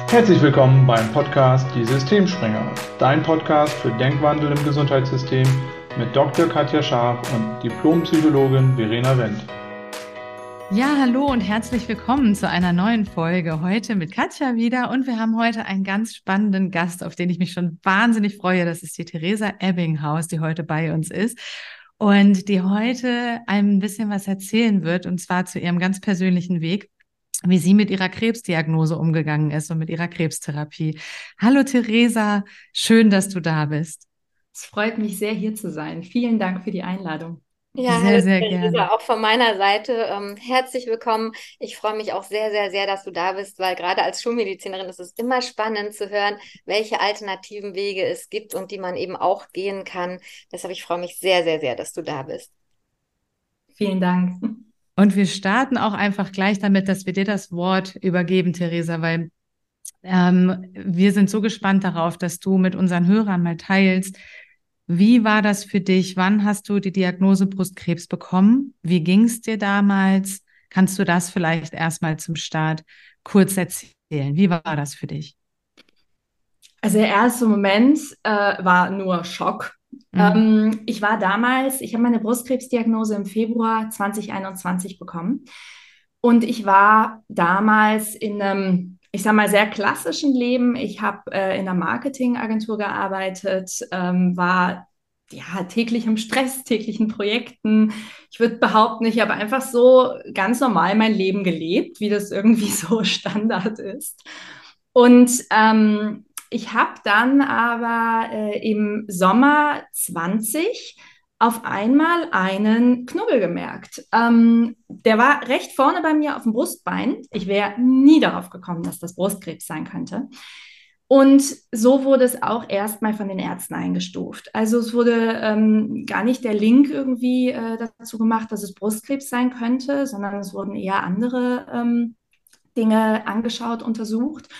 Herzlich willkommen beim Podcast Die Systemspringer, dein Podcast für Denkwandel im Gesundheitssystem mit Dr. Katja Scharf und Diplompsychologin Verena Wendt. Ja, hallo und herzlich willkommen zu einer neuen Folge. Heute mit Katja wieder und wir haben heute einen ganz spannenden Gast, auf den ich mich schon wahnsinnig freue. Das ist die Theresa Ebbinghaus, die heute bei uns ist und die heute ein bisschen was erzählen wird, und zwar zu ihrem ganz persönlichen Weg, wie sie mit ihrer Krebsdiagnose umgegangen ist und mit ihrer Krebstherapie. Hallo Theresa, schön, dass du da bist. Es freut mich sehr, hier zu sein. Vielen Dank für die Einladung. Ja, hallo Sehr, sehr Theresa, gerne. auch von meiner Seite herzlich willkommen. Ich freue mich auch sehr, sehr, sehr, dass du da bist, weil gerade als Schulmedizinerin ist es immer spannend zu hören, welche alternativen Wege es gibt und die man eben auch gehen kann. Deshalb, ich freue mich sehr, sehr, sehr, dass du da bist. Vielen Dank. Und wir starten auch einfach gleich damit, dass wir dir das Wort übergeben, Theresa, weil wir sind so gespannt darauf, dass du mit unseren Hörern mal teilst, wie war das für dich? Wann hast du die Diagnose Brustkrebs bekommen? Wie ging es dir damals? Kannst du das vielleicht erstmal zum Start kurz erzählen? Wie war das für dich? Also der erste Moment war nur Schock. Mhm. Ich habe meine Brustkrebsdiagnose im Februar 2021 bekommen. Und ich war damals in einem, ich sag mal, sehr klassischen Leben. Ich habe in einer Marketingagentur gearbeitet, war ja täglich im Stress, täglichen Projekten. Ich würde behaupten, ich habe einfach so ganz normal mein Leben gelebt, wie das irgendwie so Standard ist. Und ich habe dann aber im Sommer 20 auf einmal einen Knubbel gemerkt. Der war recht vorne bei mir auf dem Brustbein. Ich wäre nie darauf gekommen, dass das Brustkrebs sein könnte. Und so wurde es auch erstmal von den Ärzten eingestuft. Also es wurde gar nicht der Link irgendwie dazu gemacht, dass es Brustkrebs sein könnte, sondern es wurden eher andere Dinge angeschaut, untersucht.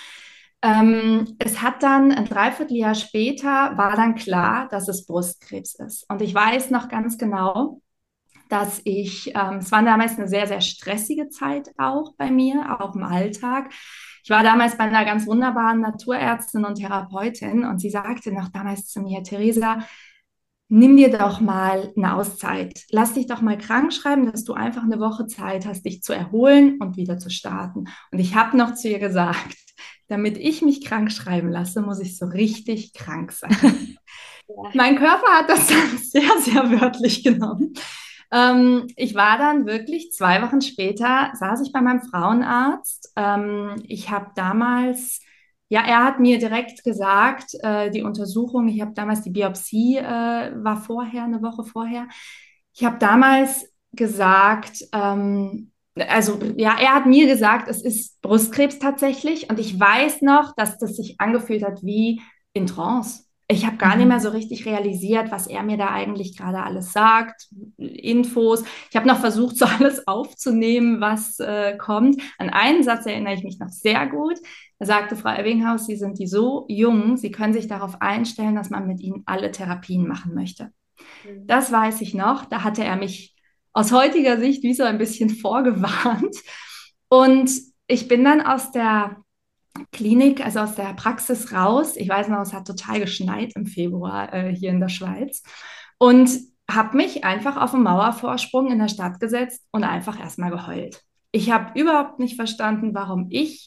Es hat dann ein Dreivierteljahr später war dann klar, dass es Brustkrebs ist. Und ich weiß noch ganz genau, dass es war damals eine sehr, sehr stressige Zeit auch bei mir, auch im Alltag. Ich war damals bei einer ganz wunderbaren Naturärztin und Therapeutin und sie sagte noch damals zu mir, Theresa, nimm dir doch mal eine Auszeit. Lass dich doch mal krank schreiben, dass du einfach eine Woche Zeit hast, dich zu erholen und wieder zu starten. Und ich habe noch zu ihr gesagt, damit ich mich krank schreiben lasse, muss ich so richtig krank sein. Ja. Mein Körper hat das dann sehr, sehr wörtlich genommen. Ich war dann wirklich 2 Wochen später, saß ich bei meinem Frauenarzt. Ich habe damals, ja, er hat mir direkt gesagt, die Untersuchung, ich habe damals die Biopsie, war vorher, eine Woche vorher. Ich habe damals gesagt, also ja, er hat mir gesagt, es ist Brustkrebs tatsächlich. Und ich weiß noch, dass das sich angefühlt hat wie in Trance. Ich habe gar nicht mehr Mhm. so richtig realisiert, was er mir da eigentlich gerade alles sagt, Infos. Ich habe noch versucht, so alles aufzunehmen, was kommt. An einen Satz erinnere ich mich noch sehr gut. Da sagte Frau Ebbinghaus, Sie sind die so jung, Sie können sich darauf einstellen, dass man mit Ihnen alle Therapien machen möchte. Mhm. Das weiß ich noch. Da hatte er mich aus heutiger Sicht wie so ein bisschen vorgewarnt. Und ich bin dann aus der Klinik, also aus der Praxis raus. Ich weiß noch, es hat total geschneit im Februar hier in der Schweiz. Und habe mich einfach auf einen Mauervorsprung in der Stadt gesetzt und einfach erstmal geheult. Ich habe überhaupt nicht verstanden, warum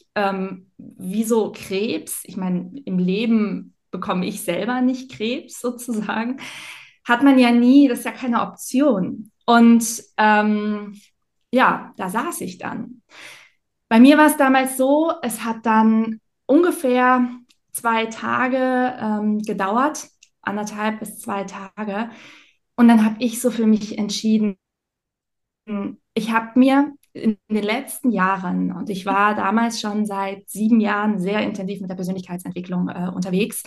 wieso Krebs, ich meine, im Leben bekomme ich selber nicht Krebs sozusagen, hat man ja nie, das ist ja keine Option. Und ja, da saß ich dann. Bei mir war es damals so, es hat dann ungefähr 2 Tage gedauert, 1,5 bis 2 Tage. Und dann habe ich so für mich entschieden, ich habe mir in den letzten Jahren, und ich war damals schon seit 7 Jahren sehr intensiv mit der Persönlichkeitsentwicklung unterwegs,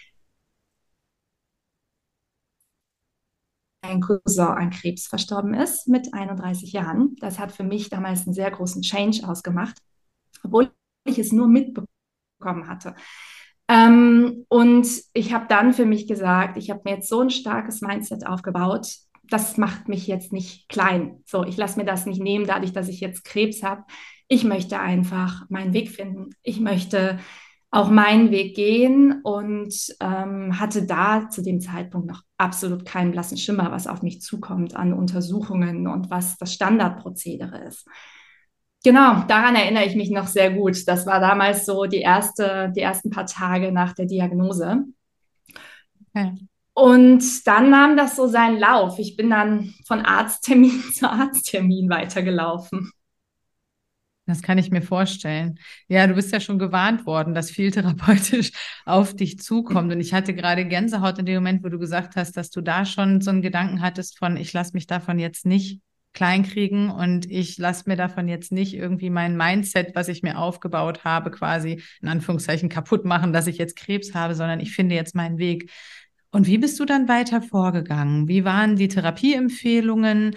ein Cousin an Krebs verstorben ist mit 31 Jahren. Das hat für mich damals einen sehr großen Change ausgemacht, obwohl ich es nur mitbekommen hatte. Und ich habe dann für mich gesagt, ich habe mir jetzt so ein starkes Mindset aufgebaut, das macht mich jetzt nicht klein. So, ich lasse mir das nicht nehmen, dadurch, dass ich jetzt Krebs habe. Ich möchte einfach meinen Weg finden. Ich möchte auch meinen Weg gehen und hatte da zu dem Zeitpunkt noch absolut keinen blassen Schimmer, was auf mich zukommt an Untersuchungen und was das Standardprozedere ist. Genau, daran erinnere ich mich noch sehr gut. Das war damals so die ersten paar Tage nach der Diagnose. Okay. Und dann nahm das so seinen Lauf. Ich bin dann von Arzttermin zu Arzttermin weitergelaufen. Das kann ich mir vorstellen. Ja, du bist ja schon gewarnt worden, dass viel therapeutisch auf dich zukommt. Und ich hatte gerade Gänsehaut in dem Moment, wo du gesagt hast, dass du da schon so einen Gedanken hattest von, ich lasse mich davon jetzt nicht kleinkriegen und ich lasse mir davon jetzt nicht irgendwie mein Mindset, was ich mir aufgebaut habe, quasi in Anführungszeichen kaputt machen, dass ich jetzt Krebs habe, sondern ich finde jetzt meinen Weg. Und wie bist du dann weiter vorgegangen? Wie waren die Therapieempfehlungen?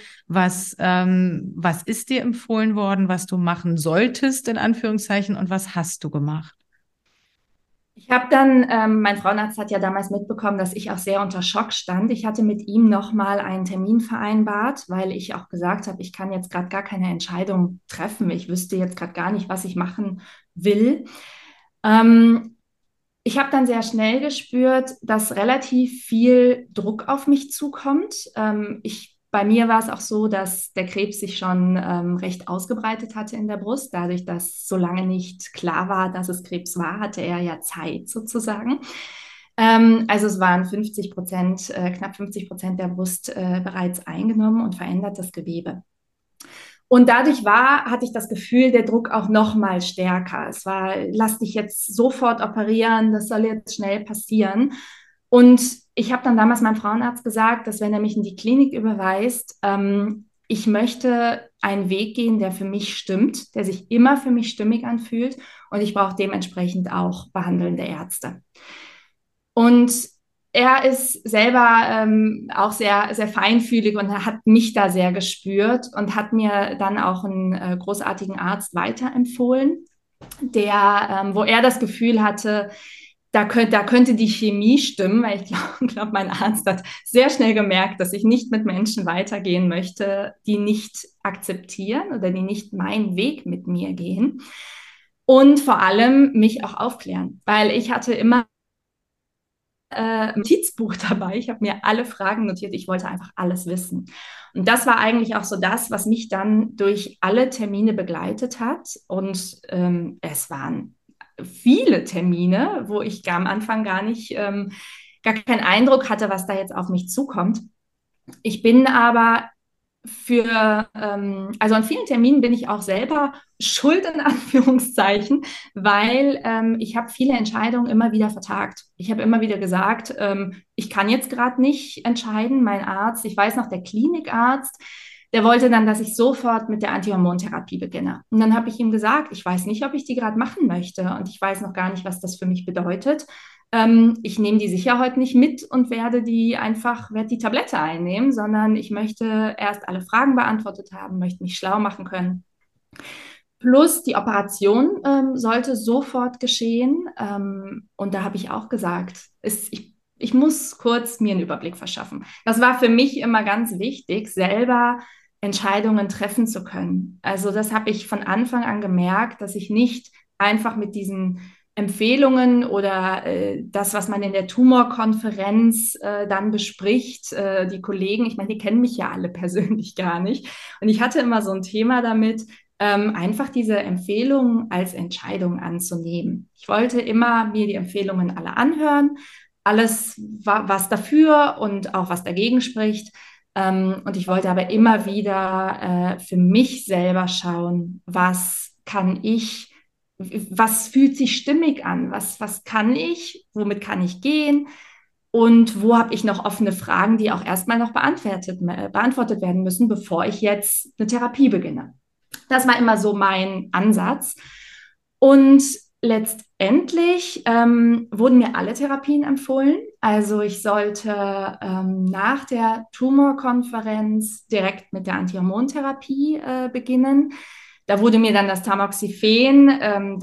Was ist dir empfohlen worden, was du machen solltest, in Anführungszeichen, und was hast du gemacht? Ich habe dann, mein Frauenarzt hat ja damals mitbekommen, dass ich auch sehr unter Schock stand. Ich hatte mit ihm nochmal einen Termin vereinbart, weil ich auch gesagt habe, ich kann jetzt gerade gar keine Entscheidung treffen. Ich wüsste jetzt gerade gar nicht, was ich machen will. Ähm, Ich habe dann sehr schnell gespürt, dass relativ viel Druck auf mich zukommt. Bei mir war es auch so, dass der Krebs sich schon recht ausgebreitet hatte in der Brust. Dadurch, dass so lange nicht klar war, dass es Krebs war, hatte er ja Zeit sozusagen. Also es waren 50%, knapp 50% der Brust bereits eingenommen und verändertes Gewebe. Und hatte ich das Gefühl, der Druck auch noch mal stärker. Es war, lass dich jetzt sofort operieren, das soll jetzt schnell passieren. Und ich habe dann damals meinem Frauenarzt gesagt, dass wenn er mich in die Klinik überweist, ich möchte einen Weg gehen, der für mich stimmt, der sich immer für mich stimmig anfühlt. Und ich brauche dementsprechend auch behandelnde Ärzte. Und er ist selber auch sehr, sehr feinfühlig und er hat mich da sehr gespürt und hat mir dann auch einen großartigen Arzt weiterempfohlen, wo er das Gefühl hatte, da könnte die Chemie stimmen, weil ich glaube, mein Arzt hat sehr schnell gemerkt, dass ich nicht mit Menschen weitergehen möchte, die nicht akzeptieren oder die nicht meinen Weg mit mir gehen. Und vor allem mich auch aufklären, weil ich hatte immer Notizbuch dabei. Ich habe mir alle Fragen notiert. Ich wollte einfach alles wissen. Und das war eigentlich auch so das, was mich dann durch alle Termine begleitet hat. Und es waren viele Termine, wo ich am Anfang gar keinen Eindruck hatte, was da jetzt auf mich zukommt. Ich bin aber also an vielen Terminen bin ich auch selber schuld in Anführungszeichen, weil ich habe viele Entscheidungen immer wieder vertagt. Ich habe immer wieder gesagt, ich kann jetzt gerade nicht entscheiden. Mein Arzt, ich weiß noch, der Klinikarzt, der wollte dann, dass ich sofort mit der Antihormontherapie beginne. Und dann habe ich ihm gesagt, ich weiß nicht, ob ich die gerade machen möchte und ich weiß noch gar nicht, was das für mich bedeutet. Ich nehme die sicher heute nicht mit und werde die Tablette einnehmen, sondern ich möchte erst alle Fragen beantwortet haben, möchte mich schlau machen können. Plus die Operation sollte sofort geschehen. Und da habe ich auch gesagt, ich muss kurz mir einen Überblick verschaffen. Das war für mich immer ganz wichtig, selber Entscheidungen treffen zu können. Also das habe ich von Anfang an gemerkt, dass ich nicht einfach mit diesen Empfehlungen oder das, was man in der Tumorkonferenz dann bespricht, die Kollegen, ich meine, die kennen mich ja alle persönlich gar nicht. Und ich hatte immer so ein Thema damit, einfach diese Empfehlungen als Entscheidung anzunehmen. Ich wollte immer mir die Empfehlungen alle anhören, alles, was dafür und auch was dagegen spricht. Und ich wollte aber immer wieder für mich selber schauen, was fühlt sich stimmig an, was kann ich, womit kann ich gehen und wo habe ich noch offene Fragen, die auch erstmal noch beantwortet werden müssen, bevor ich jetzt eine Therapie beginne. Das war immer so mein Ansatz. Und letztendlich wurden mir alle Therapien empfohlen. Also ich sollte nach der Tumorkonferenz direkt mit der Antihormontherapie beginnen. Da wurde mir dann das Tamoxifen,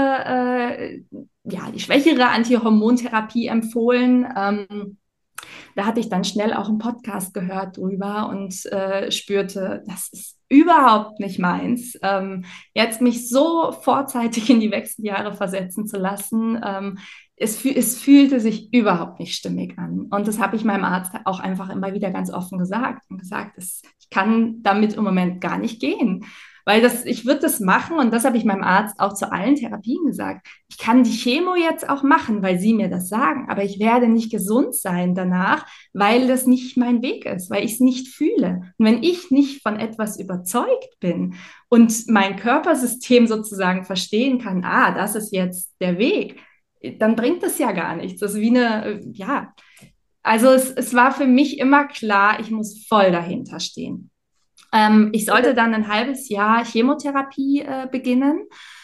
die schwächere Antihormontherapie empfohlen. da hatte ich dann schnell auch einen Podcast gehört drüber und spürte, das ist überhaupt nicht meins. Jetzt mich so vorzeitig in die Wechseljahre versetzen zu lassen, es fühlte sich überhaupt nicht stimmig an. Und das habe ich meinem Arzt auch einfach immer wieder ganz offen gesagt und gesagt, ich kann damit im Moment gar nicht gehen. Weil ich würde das machen und das habe ich meinem Arzt auch zu allen Therapien gesagt. Ich kann die Chemo jetzt auch machen, weil sie mir das sagen, aber ich werde nicht gesund sein danach, weil das nicht mein Weg ist, weil ich es nicht fühle. Und wenn ich nicht von etwas überzeugt bin und mein Körpersystem sozusagen verstehen kann, das ist jetzt der Weg, dann bringt das ja gar nichts. Das ist wie ja, also es war für mich immer klar, ich muss voll dahinter stehen. Ich sollte dann ein halbes Jahr Chemotherapie beginnen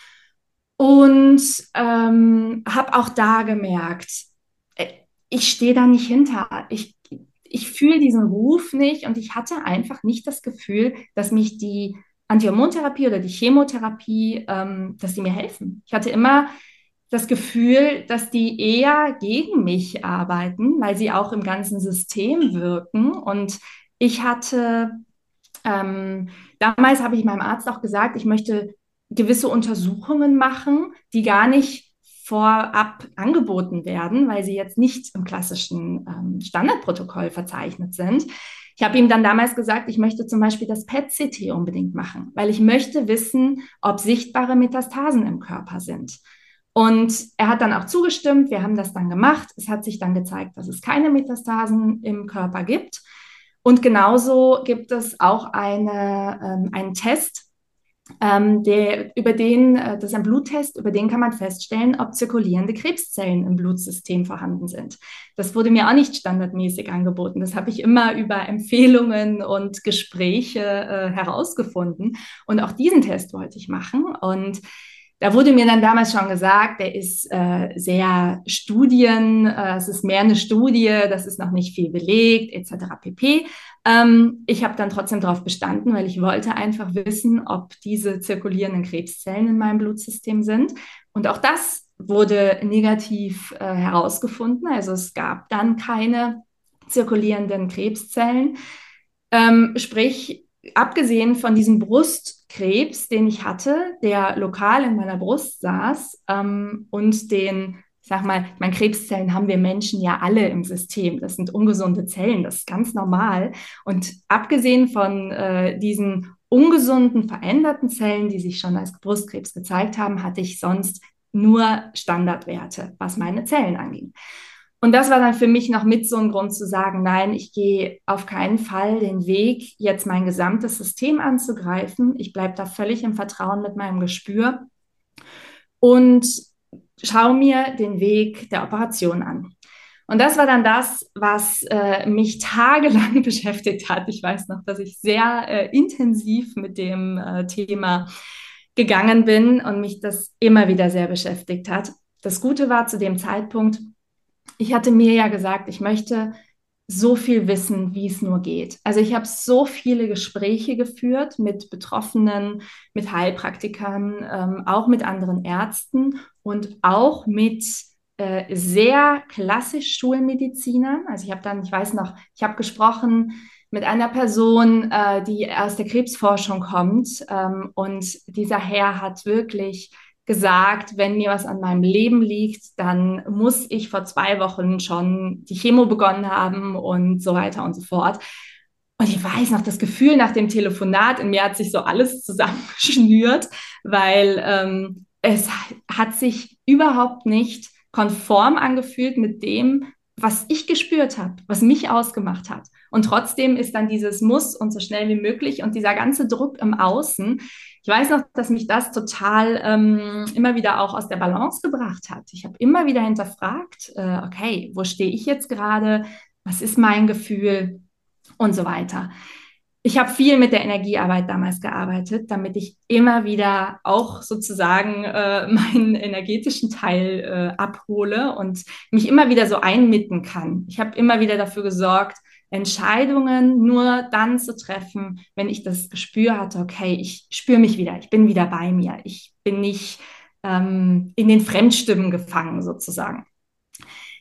und habe auch da gemerkt, ich stehe da nicht hinter. Ich fühle diesen Ruf nicht und ich hatte einfach nicht das Gefühl, dass mich die Antihormontherapie oder die Chemotherapie, dass die mir helfen. Ich hatte immer das Gefühl, dass die eher gegen mich arbeiten, weil sie auch im ganzen System wirken. Und ich hatte damals habe ich meinem Arzt auch gesagt, ich möchte gewisse Untersuchungen machen, die gar nicht vorab angeboten werden, weil sie jetzt nicht im klassischen Standardprotokoll verzeichnet sind. Ich habe ihm dann damals gesagt, ich möchte zum Beispiel das PET-CT unbedingt machen, weil ich möchte wissen, ob sichtbare Metastasen im Körper sind. Und er hat dann auch zugestimmt, wir haben das dann gemacht. Es hat sich dann gezeigt, dass es keine Metastasen im Körper gibt. Und genauso gibt es auch einen Test, das ist ein Bluttest, über den kann man feststellen, ob zirkulierende Krebszellen im Blutsystem vorhanden sind. Das wurde mir auch nicht standardmäßig angeboten. Das habe ich immer über Empfehlungen und Gespräche herausgefunden. Und auch diesen Test wollte ich machen. Und da wurde mir dann damals schon gesagt, der ist sehr es ist mehr eine Studie, das ist noch nicht viel belegt, etc. pp. Ich habe dann trotzdem darauf bestanden, weil ich wollte einfach wissen, ob diese zirkulierenden Krebszellen in meinem Blutsystem sind. Und auch das wurde negativ herausgefunden. Also es gab dann keine zirkulierenden Krebszellen. Sprich, abgesehen von diesem Brustkrebs, den ich hatte, der lokal in meiner Brust saß, und ich sag mal, Krebszellen haben wir Menschen ja alle im System. Das sind ungesunde Zellen, das ist ganz normal. Und abgesehen von diesen ungesunden, veränderten Zellen, die sich schon als Brustkrebs gezeigt haben, hatte ich sonst nur Standardwerte, was meine Zellen anging. Und das war dann für mich noch mit so ein Grund zu sagen, nein, ich gehe auf keinen Fall den Weg, jetzt mein gesamtes System anzugreifen. Ich bleibe da völlig im Vertrauen mit meinem Gespür und schaue mir den Weg der Operation an. Und das war dann das, was mich tagelang beschäftigt hat. Ich weiß noch, dass ich sehr intensiv mit dem Thema gegangen bin und mich das immer wieder sehr beschäftigt hat. Das Gute war zu dem Zeitpunkt, ich hatte mir ja gesagt, ich möchte so viel wissen, wie es nur geht. Also ich habe so viele Gespräche geführt mit Betroffenen, mit Heilpraktikern, auch mit anderen Ärzten und auch mit sehr klassisch Schulmedizinern. Also ich weiß noch, ich habe gesprochen mit einer Person, die aus der Krebsforschung kommt, und dieser Herr hat wirklich gesagt, wenn mir was an meinem Leben liegt, dann muss ich vor 2 Wochen schon die Chemo begonnen haben und so weiter und so fort. Und ich weiß noch, das Gefühl nach dem Telefonat, in mir hat sich so alles zusammengeschnürt, weil es hat sich überhaupt nicht konform angefühlt mit dem, was ich gespürt habe, was mich ausgemacht hat. Und trotzdem ist dann dieses Muss und so schnell wie möglich und dieser ganze Druck im Außen. Ich weiß noch, dass mich das total immer wieder auch aus der Balance gebracht hat. Ich habe immer wieder hinterfragt, okay, wo stehe ich jetzt gerade? Was ist mein Gefühl? Und so weiter. Ich habe viel mit der Energiearbeit damals gearbeitet, damit ich immer wieder auch sozusagen meinen energetischen Teil abhole und mich immer wieder so einmitten kann. Ich habe immer wieder dafür gesorgt, Entscheidungen nur dann zu treffen, wenn ich das Gespür hatte, okay, ich spüre mich wieder, ich bin wieder bei mir, ich bin nicht in den Fremdstimmen gefangen sozusagen.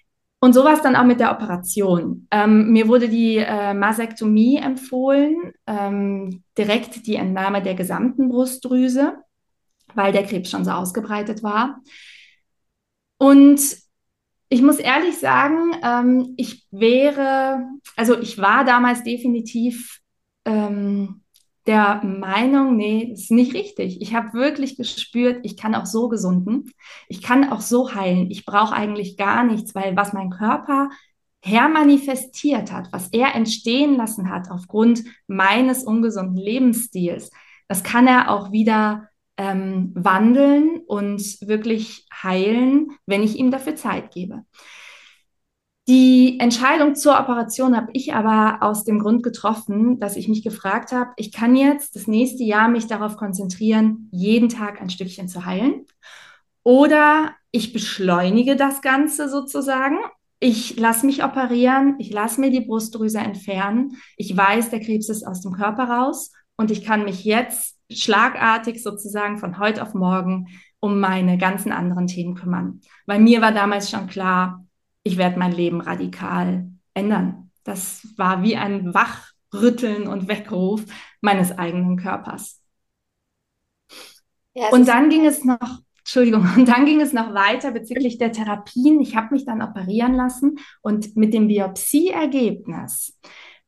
Und so war es dann auch mit der Operation. Mir wurde die Masektomie empfohlen, direkt die Entnahme der gesamten Brustdrüse, weil der Krebs schon so ausgebreitet war. Und ich muss ehrlich sagen, ich war damals definitiv der Meinung, nee, das ist nicht richtig. Ich habe wirklich gespürt, ich kann auch so gesunden, ich kann auch so heilen. Ich brauche eigentlich gar nichts, weil was mein Körper hermanifestiert hat, was er entstehen lassen hat aufgrund meines ungesunden Lebensstils, das kann er auch wieder wandeln und wirklich heilen, wenn ich ihm dafür Zeit gebe. Die Entscheidung zur Operation habe ich aber aus dem Grund getroffen, dass ich mich gefragt habe, ich kann jetzt das nächste Jahr mich darauf konzentrieren, jeden Tag ein Stückchen zu heilen. Oder ich beschleunige das Ganze sozusagen. Ich lasse mich operieren, ich lasse mir die Brustdrüse entfernen. Ich weiß, der Krebs ist aus dem Körper raus und ich kann mich jetzt schlagartig sozusagen von heute auf morgen um meine ganzen anderen Themen kümmern. Weil mir war damals schon klar, ich werde mein Leben radikal ändern. Das war wie ein Wachrütteln und Weckruf meines eigenen Körpers. Ja, Und dann ging es noch, Entschuldigung, und dann ging es noch weiter bezüglich der Therapien. Ich habe mich dann operieren lassen und mit dem Biopsieergebnis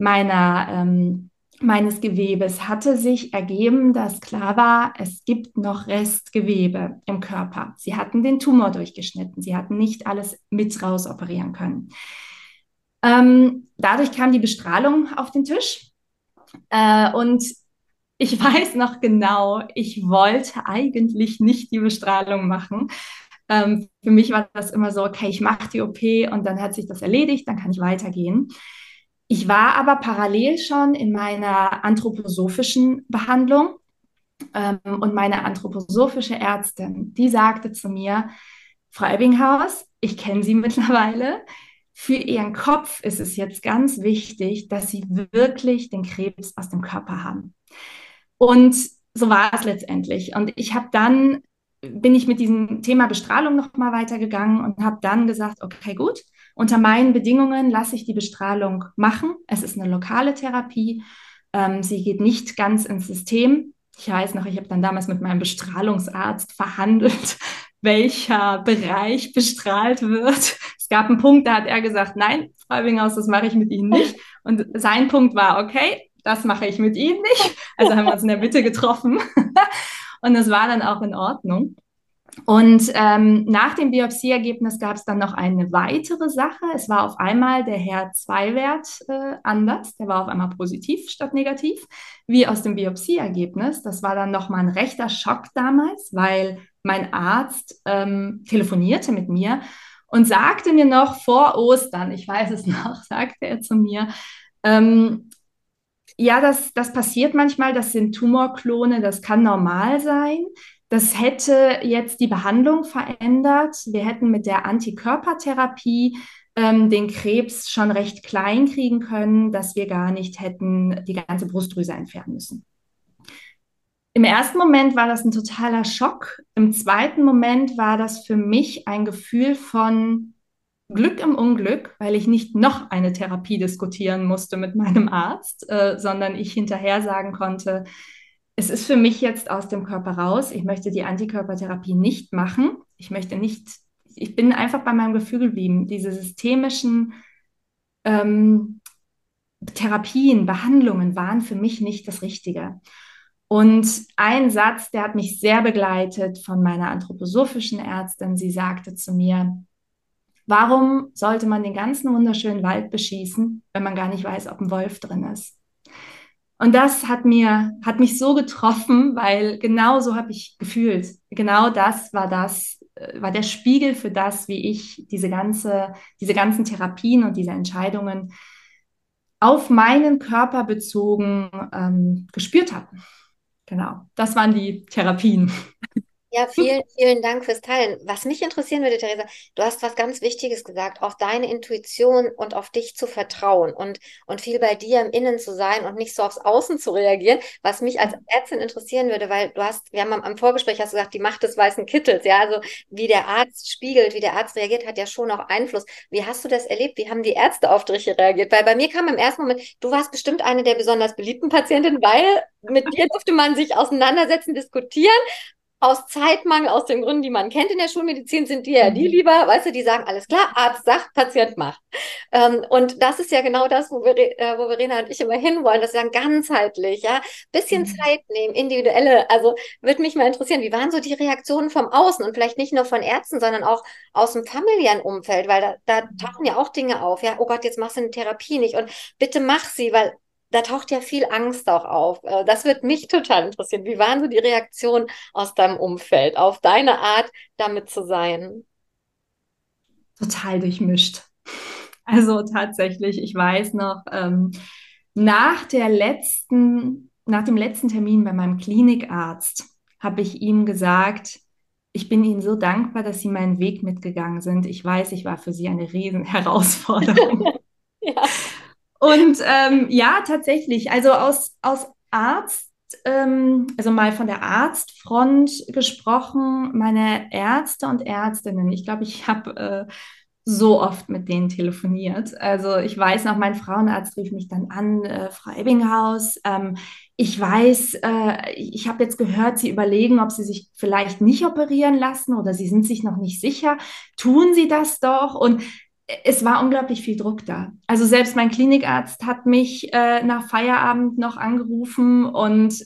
meines Gewebes hatte sich ergeben, dass klar war, es gibt noch Restgewebe im Körper. Sie hatten den Tumor durchgeschnitten. Sie hatten nicht alles mit raus operieren können. Dadurch kam die Bestrahlung auf den Tisch. Und ich weiß noch genau, ich wollte eigentlich nicht die Bestrahlung machen. Für mich war das immer so, okay, ich mache die OP und dann hat sich das erledigt, dann kann ich weitergehen. Ich war aber parallel schon in meiner anthroposophischen Behandlung und meine anthroposophische Ärztin, die sagte zu mir, Frau Ebbinghaus, ich kenne Sie mittlerweile. Für Ihren Kopf ist es jetzt ganz wichtig, dass Sie wirklich den Krebs aus dem Körper haben. Und so war es letztendlich. Und bin ich mit diesem Thema Bestrahlung nochmal weitergegangen und habe dann gesagt, okay, gut, unter meinen Bedingungen lasse ich die Bestrahlung machen. Es ist eine lokale Therapie. Sie geht nicht ganz ins System. Ich weiß noch, ich habe dann damals mit meinem Bestrahlungsarzt verhandelt, welcher Bereich bestrahlt wird. Es gab einen Punkt, da hat er gesagt, nein, Frau Ebbinghaus, das mache ich mit Ihnen nicht. Und sein Punkt war, okay, das mache ich mit Ihnen nicht. Also haben wir uns in der Mitte getroffen. Und das war dann auch in Ordnung. Und nach dem Biopsieergebnis gab es dann noch eine weitere Sache. Es war auf einmal der HER2-Wert anders. Der war auf einmal positiv statt negativ, wie aus dem Biopsieergebnis. Das war dann nochmal ein rechter Schock damals, weil mein Arzt telefonierte mit mir und sagte mir noch vor Ostern, ich weiß es noch, sagte er zu mir, ja, das passiert manchmal, das sind Tumorklone, das kann normal sein. Das hätte jetzt die Behandlung verändert. Wir hätten mit der Antikörpertherapie den Krebs schon recht klein kriegen können, dass wir gar nicht hätten die ganze Brustdrüse entfernen müssen. Im ersten Moment war das ein totaler Schock. Im zweiten Moment war das für mich ein Gefühl von Glück im Unglück, weil ich nicht noch eine Therapie diskutieren musste mit meinem Arzt, sondern ich hinterher sagen konnte, es ist für mich jetzt aus dem Körper raus. Ich möchte die Antikörpertherapie nicht machen. Ich bin einfach bei meinem Gefühl geblieben. Diese systemischen Therapien, Behandlungen waren für mich nicht das Richtige. Und ein Satz, der hat mich sehr begleitet von meiner anthroposophischen Ärztin. Sie sagte zu mir, warum sollte man den ganzen wunderschönen Wald beschießen, wenn man gar nicht weiß, ob ein Wolf drin ist? Und das hat mich so getroffen, weil genau so habe ich gefühlt. Genau das war der Spiegel für das, wie ich diese ganzen Therapien und diese Entscheidungen auf meinen Körper bezogen gespürt habe. Genau, das waren die Therapien. Ja, vielen, vielen Dank fürs Teilen. Was mich interessieren würde, Theresa, du hast was ganz Wichtiges gesagt, auf deine Intuition und auf dich zu vertrauen und viel bei dir im Innen zu sein und nicht so aufs Außen zu reagieren, was mich als Ärztin interessieren würde, weil wir haben am Vorgespräch hast du gesagt, die Macht des weißen Kittels, ja, also wie der Arzt spiegelt, wie der Arzt reagiert, hat ja schon auch Einfluss. Wie hast du das erlebt? Wie haben die Ärzte auf dich reagiert? Weil bei mir kam im ersten Moment, du warst bestimmt eine der besonders beliebten Patientinnen, weil mit dir durfte man sich auseinandersetzen, diskutieren. Aus Zeitmangel, aus den Gründen, die man kennt in der Schulmedizin, sind die ja die Mhm. lieber, weißt du, die sagen, alles klar, Arzt sagt, Patient macht. Und das ist ja genau das, wo Verena und ich immer hinwollen, dass wir sagen, ganzheitlich, ja, bisschen Mhm. Zeit nehmen, individuelle, also würde mich mal interessieren, wie waren so die Reaktionen vom Außen und vielleicht nicht nur von Ärzten, sondern auch aus dem familiären Umfeld, weil da tauchen ja auch Dinge auf, ja, oh Gott, jetzt machst du eine Therapie nicht und bitte mach sie, weil da taucht ja viel Angst auch auf. Das wird mich total interessieren. Wie waren so die Reaktionen aus deinem Umfeld auf deine Art, damit zu sein? Total durchmischt. Also tatsächlich, ich weiß noch, nach dem letzten Termin bei meinem Klinikarzt habe ich ihm gesagt, ich bin Ihnen so dankbar, dass Sie meinen Weg mitgegangen sind. Ich weiß, ich war für Sie eine riesen Herausforderung. Ja. Und ja, tatsächlich, also aus also mal von der Arztfront gesprochen, meine Ärzte und Ärztinnen, ich glaube, ich habe so oft mit denen telefoniert. Also ich weiß noch, mein Frauenarzt rief mich dann an, Frau Ebbinghaus. Ich weiß, ich habe jetzt gehört, Sie überlegen, ob Sie sich vielleicht nicht operieren lassen oder Sie sind sich noch nicht sicher. Tun Sie das doch. Und es war unglaublich viel Druck da. Also selbst mein Klinikarzt hat mich nach Feierabend noch angerufen und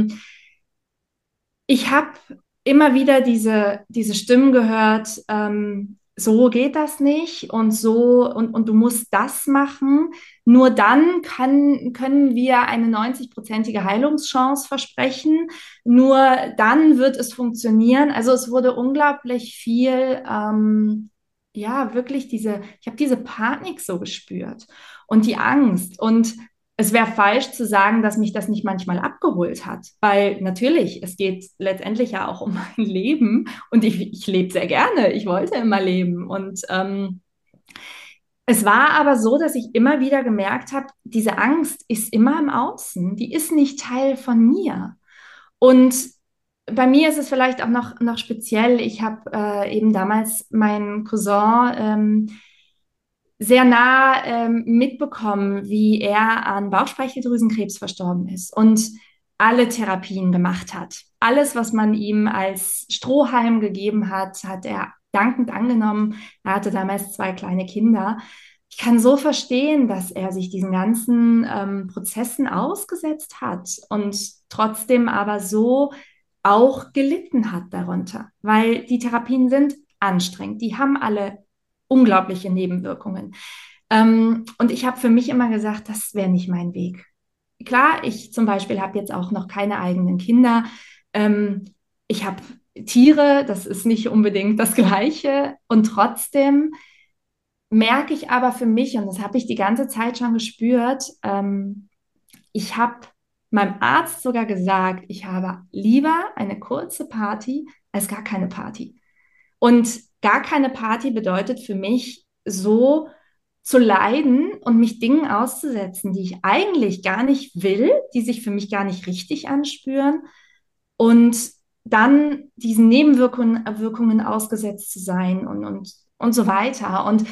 ich habe immer wieder diese Stimmen gehört, so geht das nicht und so und du musst das machen. Nur dann können wir eine 90-prozentige Heilungschance versprechen. Nur dann wird es funktionieren. Also es wurde unglaublich viel, ja, wirklich ich habe diese Panik so gespürt und die Angst. Und es wäre falsch zu sagen, dass mich das nicht manchmal abgeholt hat, weil natürlich, es geht letztendlich ja auch um mein Leben und ich lebe sehr gerne, ich wollte immer leben und es war aber so, dass ich immer wieder gemerkt habe, diese Angst ist immer im Außen, die ist nicht Teil von mir. Und bei mir ist es vielleicht auch noch speziell. Ich habe eben damals meinen Cousin sehr nah mitbekommen, wie er an Bauchspeicheldrüsenkrebs verstorben ist und alle Therapien gemacht hat. Alles, was man ihm als Strohhalm gegeben hat, hat er dankend angenommen. Er hatte damals zwei kleine Kinder. Ich kann so verstehen, dass er sich diesen ganzen Prozessen ausgesetzt hat und trotzdem aber so auch gelitten hat darunter, weil die Therapien sind anstrengend. Die haben alle unglaubliche Nebenwirkungen. Und ich habe für mich immer gesagt, das wäre nicht mein Weg. Klar, ich zum Beispiel habe jetzt auch noch keine eigenen Kinder. Ähm, ich habe Tiere, das ist nicht unbedingt das Gleiche. Und trotzdem merke ich aber für mich, und das habe ich die ganze Zeit schon gespürt, ich habe meinem Arzt sogar gesagt, ich habe lieber eine kurze Party als gar keine Party. Und gar keine Party bedeutet für mich so zu leiden und mich Dingen auszusetzen, die ich eigentlich gar nicht will, die sich für mich gar nicht richtig anspüren und dann diesen Nebenwirkungen ausgesetzt zu sein und so weiter. Und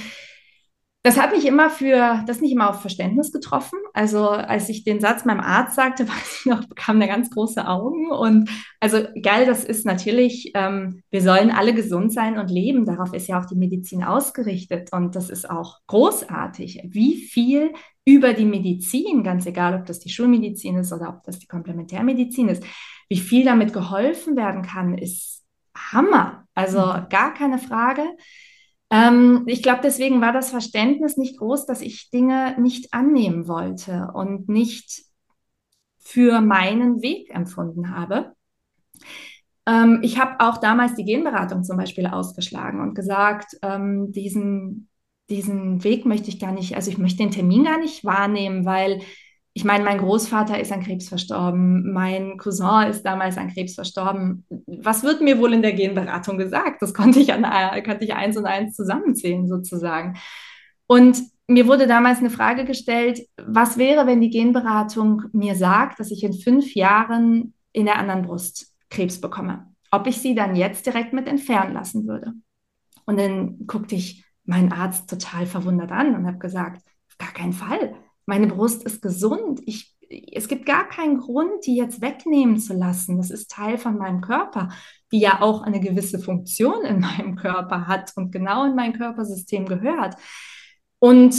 das hat nicht immer auf Verständnis getroffen. Also als ich den Satz meinem Arzt sagte, weiß ich noch, bekam er ganz große Augen. Und also geil, das ist natürlich, wir sollen alle gesund sein und leben. Darauf ist ja auch die Medizin ausgerichtet. Und das ist auch großartig, wie viel über die Medizin, ganz egal, ob das die Schulmedizin ist oder ob das die Komplementärmedizin ist, wie viel damit geholfen werden kann, ist Hammer. Also gar keine Frage. Ich glaube, deswegen war das Verständnis nicht groß, dass ich Dinge nicht annehmen wollte und nicht für meinen Weg empfunden habe. Ich habe auch damals die Genberatung zum Beispiel ausgeschlagen und gesagt, diesen Weg möchte ich gar nicht, also ich möchte den Termin gar nicht wahrnehmen, weil ich meine, mein Großvater ist an Krebs verstorben, mein Cousin ist damals an Krebs verstorben. Was wird mir wohl in der Genberatung gesagt? Das konnte ich eins und eins zusammenzählen sozusagen. Und mir wurde damals eine Frage gestellt, was wäre, wenn die Genberatung mir sagt, dass ich in 5 Jahren in der anderen Brust Krebs bekomme? Ob ich sie dann jetzt direkt mit entfernen lassen würde? Und dann guckte ich meinen Arzt total verwundert an und habe gesagt, auf gar keinen Fall. Meine Brust ist gesund. Es gibt gar keinen Grund, die jetzt wegnehmen zu lassen. Das ist Teil von meinem Körper, die ja auch eine gewisse Funktion in meinem Körper hat und genau in mein Körpersystem gehört. Und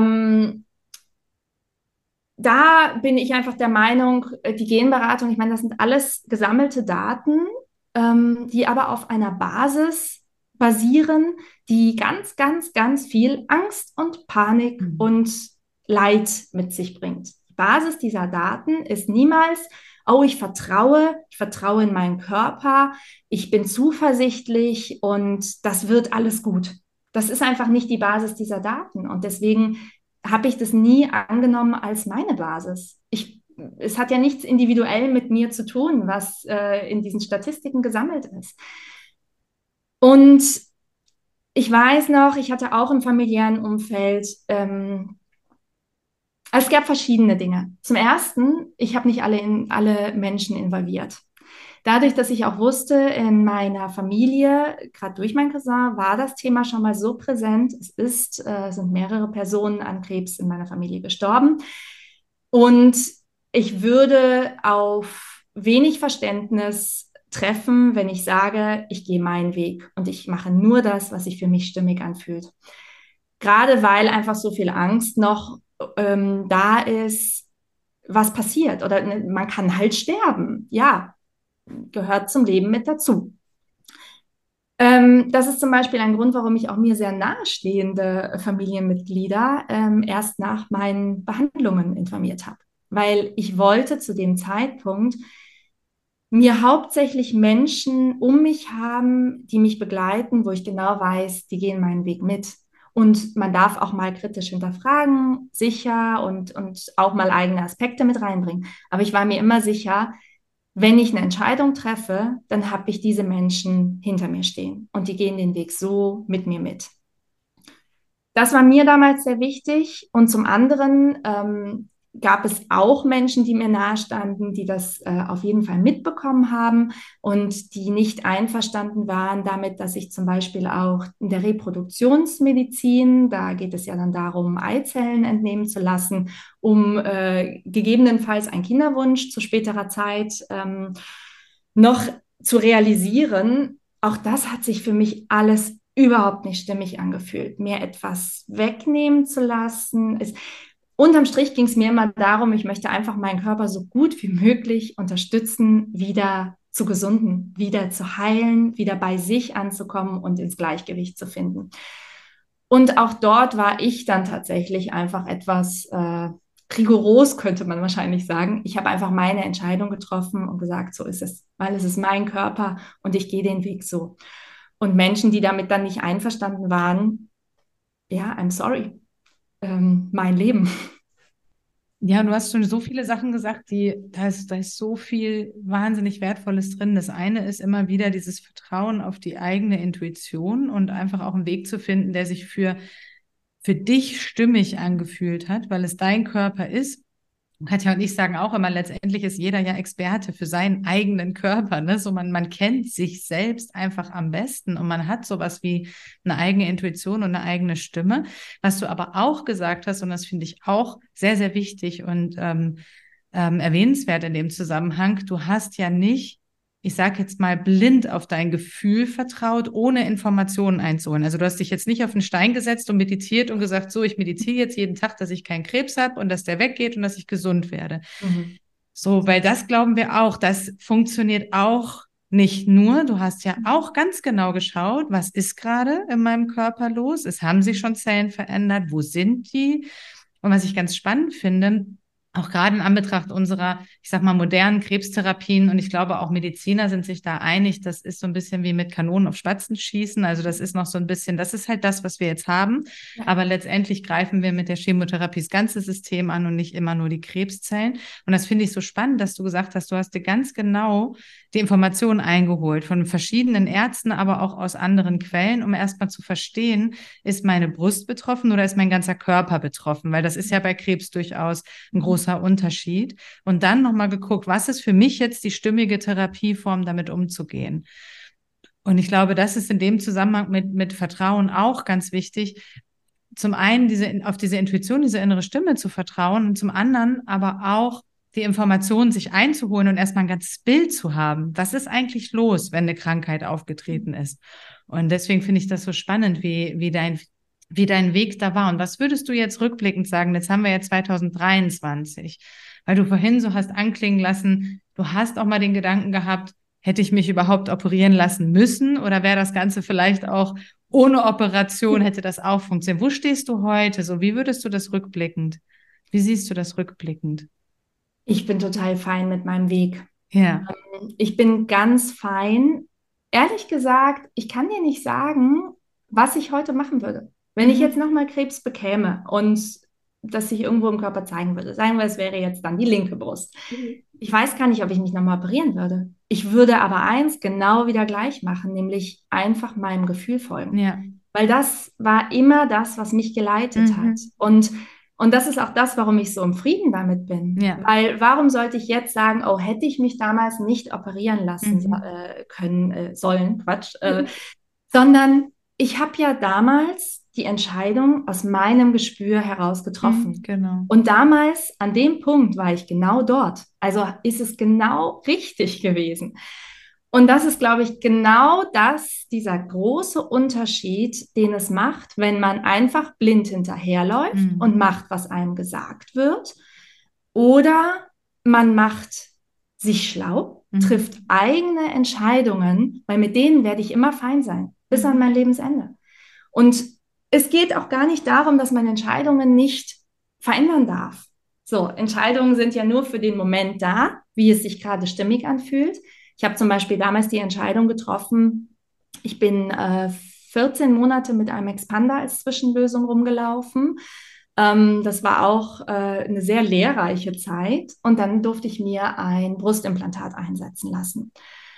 da bin ich einfach der Meinung, die Genberatung, ich meine, das sind alles gesammelte Daten, die aber auf einer Basis basieren, die ganz, ganz, ganz viel Angst und Panik und Leid mit sich bringt. Die Basis dieser Daten ist niemals, oh, ich vertraue in meinen Körper, ich bin zuversichtlich und das wird alles gut. Das ist einfach nicht die Basis dieser Daten. Und deswegen habe ich das nie angenommen als meine Basis. Es hat ja nichts individuell mit mir zu tun, was in diesen Statistiken gesammelt ist. Und ich weiß noch, ich hatte auch im familiären Umfeld, es gab verschiedene Dinge. Zum Ersten, ich habe nicht alle Menschen involviert. Dadurch, dass ich auch wusste, in meiner Familie, gerade durch meinen Cousin, war das Thema schon mal so präsent. Sind mehrere Personen an Krebs in meiner Familie gestorben. Und ich würde auf wenig Verständnis treffen, wenn ich sage, ich gehe meinen Weg und ich mache nur das, was sich für mich stimmig anfühlt. Gerade weil einfach so viel Angst noch da ist, was passiert. Oder man kann halt sterben. Ja, gehört zum Leben mit dazu. Das ist zum Beispiel ein Grund, warum ich auch mir sehr nahestehende Familienmitglieder erst nach meinen Behandlungen informiert habe. Weil ich wollte zu dem Zeitpunkt mir hauptsächlich Menschen um mich haben, die mich begleiten, wo ich genau weiß, die gehen meinen Weg mit. Und man darf auch mal kritisch hinterfragen, sicher und auch mal eigene Aspekte mit reinbringen. Aber ich war mir immer sicher, wenn ich eine Entscheidung treffe, dann habe ich diese Menschen hinter mir stehen und die gehen den Weg so mit mir mit. Das war mir damals sehr wichtig. Und zum anderen gab es auch Menschen, die mir nahestanden, die das auf jeden Fall mitbekommen haben und die nicht einverstanden waren damit, dass ich zum Beispiel auch in der Reproduktionsmedizin, da geht es ja dann darum, Eizellen entnehmen zu lassen, um gegebenenfalls einen Kinderwunsch zu späterer Zeit noch zu realisieren. Auch das hat sich für mich alles überhaupt nicht stimmig angefühlt, mir etwas wegnehmen zu lassen. Unterm Strich ging es mir immer darum, ich möchte einfach meinen Körper so gut wie möglich unterstützen, wieder zu gesunden, wieder zu heilen, wieder bei sich anzukommen und ins Gleichgewicht zu finden. Und auch dort war ich dann tatsächlich einfach etwas rigoros, könnte man wahrscheinlich sagen. Ich habe einfach meine Entscheidung getroffen und gesagt, so ist es, weil es ist mein Körper und ich gehe den Weg so. Und Menschen, die damit dann nicht einverstanden waren, ja, I'm sorry, mein Leben. Ja, du hast schon so viele Sachen gesagt, da ist so viel wahnsinnig Wertvolles drin. Das eine ist immer wieder dieses Vertrauen auf die eigene Intuition und einfach auch einen Weg zu finden, der sich für dich stimmig angefühlt hat, weil es dein Körper ist. Katja und ich sagen auch immer, letztendlich ist jeder ja Experte für seinen eigenen Körper, ne? So man kennt sich selbst einfach am besten und man hat sowas wie eine eigene Intuition und eine eigene Stimme. Was du aber auch gesagt hast, und das finde ich auch sehr, sehr wichtig und erwähnenswert in dem Zusammenhang, du hast ja nicht, ich sage jetzt mal, blind auf dein Gefühl vertraut, ohne Informationen einzuholen. Also du hast dich jetzt nicht auf einen Stein gesetzt und meditiert und gesagt, so, ich meditiere jetzt jeden Tag, dass ich keinen Krebs habe und dass der weggeht und dass ich gesund werde. Mhm. So, weil das glauben wir auch, das funktioniert auch nicht nur. Du hast ja auch ganz genau geschaut, was ist gerade in meinem Körper los? Es haben sich schon Zellen verändert. Wo sind die? Und was ich ganz spannend finde, auch gerade in Anbetracht unserer, ich sag mal, modernen Krebstherapien, und ich glaube auch Mediziner sind sich da einig, das ist so ein bisschen wie mit Kanonen auf Spatzen schießen. Also das ist noch so ein bisschen, das ist halt das, was wir jetzt haben. Ja. Aber letztendlich greifen wir mit der Chemotherapie das ganze System an und nicht immer nur die Krebszellen. Und das finde ich so spannend, dass du gesagt hast, du hast dir ganz genau die Informationen eingeholt von verschiedenen Ärzten, aber auch aus anderen Quellen, um erstmal zu verstehen, ist meine Brust betroffen oder ist mein ganzer Körper betroffen? Weil das ist ja bei Krebs durchaus ein großer Unterschied. Und dann nochmal geguckt, was ist für mich jetzt die stimmige Therapieform, damit umzugehen? Und ich glaube, das ist in dem Zusammenhang mit Vertrauen auch ganz wichtig. Zum einen auf diese Intuition, diese innere Stimme zu vertrauen und zum anderen aber auch die Informationen sich einzuholen und erstmal ein ganzes Bild zu haben. Was ist eigentlich los, wenn eine Krankheit aufgetreten ist? Und deswegen finde ich das so spannend, wie dein Weg da war. Und was würdest du jetzt rückblickend sagen? Jetzt haben wir ja 2023, weil du vorhin so hast anklingen lassen, du hast auch mal den Gedanken gehabt, hätte ich mich überhaupt operieren lassen müssen oder wäre das Ganze vielleicht auch ohne Operation, hätte das auch funktioniert? Wo stehst du heute? So, wie würdest du das rückblickend? Wie siehst du das rückblickend? Ich bin total fein mit meinem Weg. Ja. Ich bin ganz fein. Ehrlich gesagt, ich kann dir nicht sagen, was ich heute machen würde. Wenn ich jetzt nochmal Krebs bekäme und das sich irgendwo im Körper zeigen würde, sagen wir, es wäre jetzt dann die linke Brust. Ich weiß gar nicht, ob ich mich nochmal operieren würde. Ich würde aber eins genau wieder gleich machen, nämlich einfach meinem Gefühl folgen. Ja. Weil das war immer das, was mich geleitet hat. Und das ist auch das, warum ich so im Frieden damit bin. Ja. Weil warum sollte ich jetzt sagen, oh, hätte ich mich damals nicht operieren lassen sollen, Quatsch, sondern ich habe ja damals die Entscheidung aus meinem Gespür heraus getroffen. Genau. Und damals, an dem Punkt, war ich genau dort. Also ist es genau richtig gewesen. Und das ist, glaube ich, genau dieser große Unterschied, den es macht, wenn man einfach blind hinterherläuft und macht, was einem gesagt wird. Oder man macht sich schlau, trifft eigene Entscheidungen, weil mit denen werde ich immer fein sein, bis an mein Lebensende. Und es geht auch gar nicht darum, dass man Entscheidungen nicht verändern darf. So, Entscheidungen sind ja nur für den Moment da, wie es sich gerade stimmig anfühlt. Ich habe zum Beispiel damals die Entscheidung getroffen, ich bin 14 Monate mit einem Expander als Zwischenlösung rumgelaufen. Das war auch eine sehr lehrreiche Zeit. Und dann durfte ich mir ein Brustimplantat einsetzen lassen.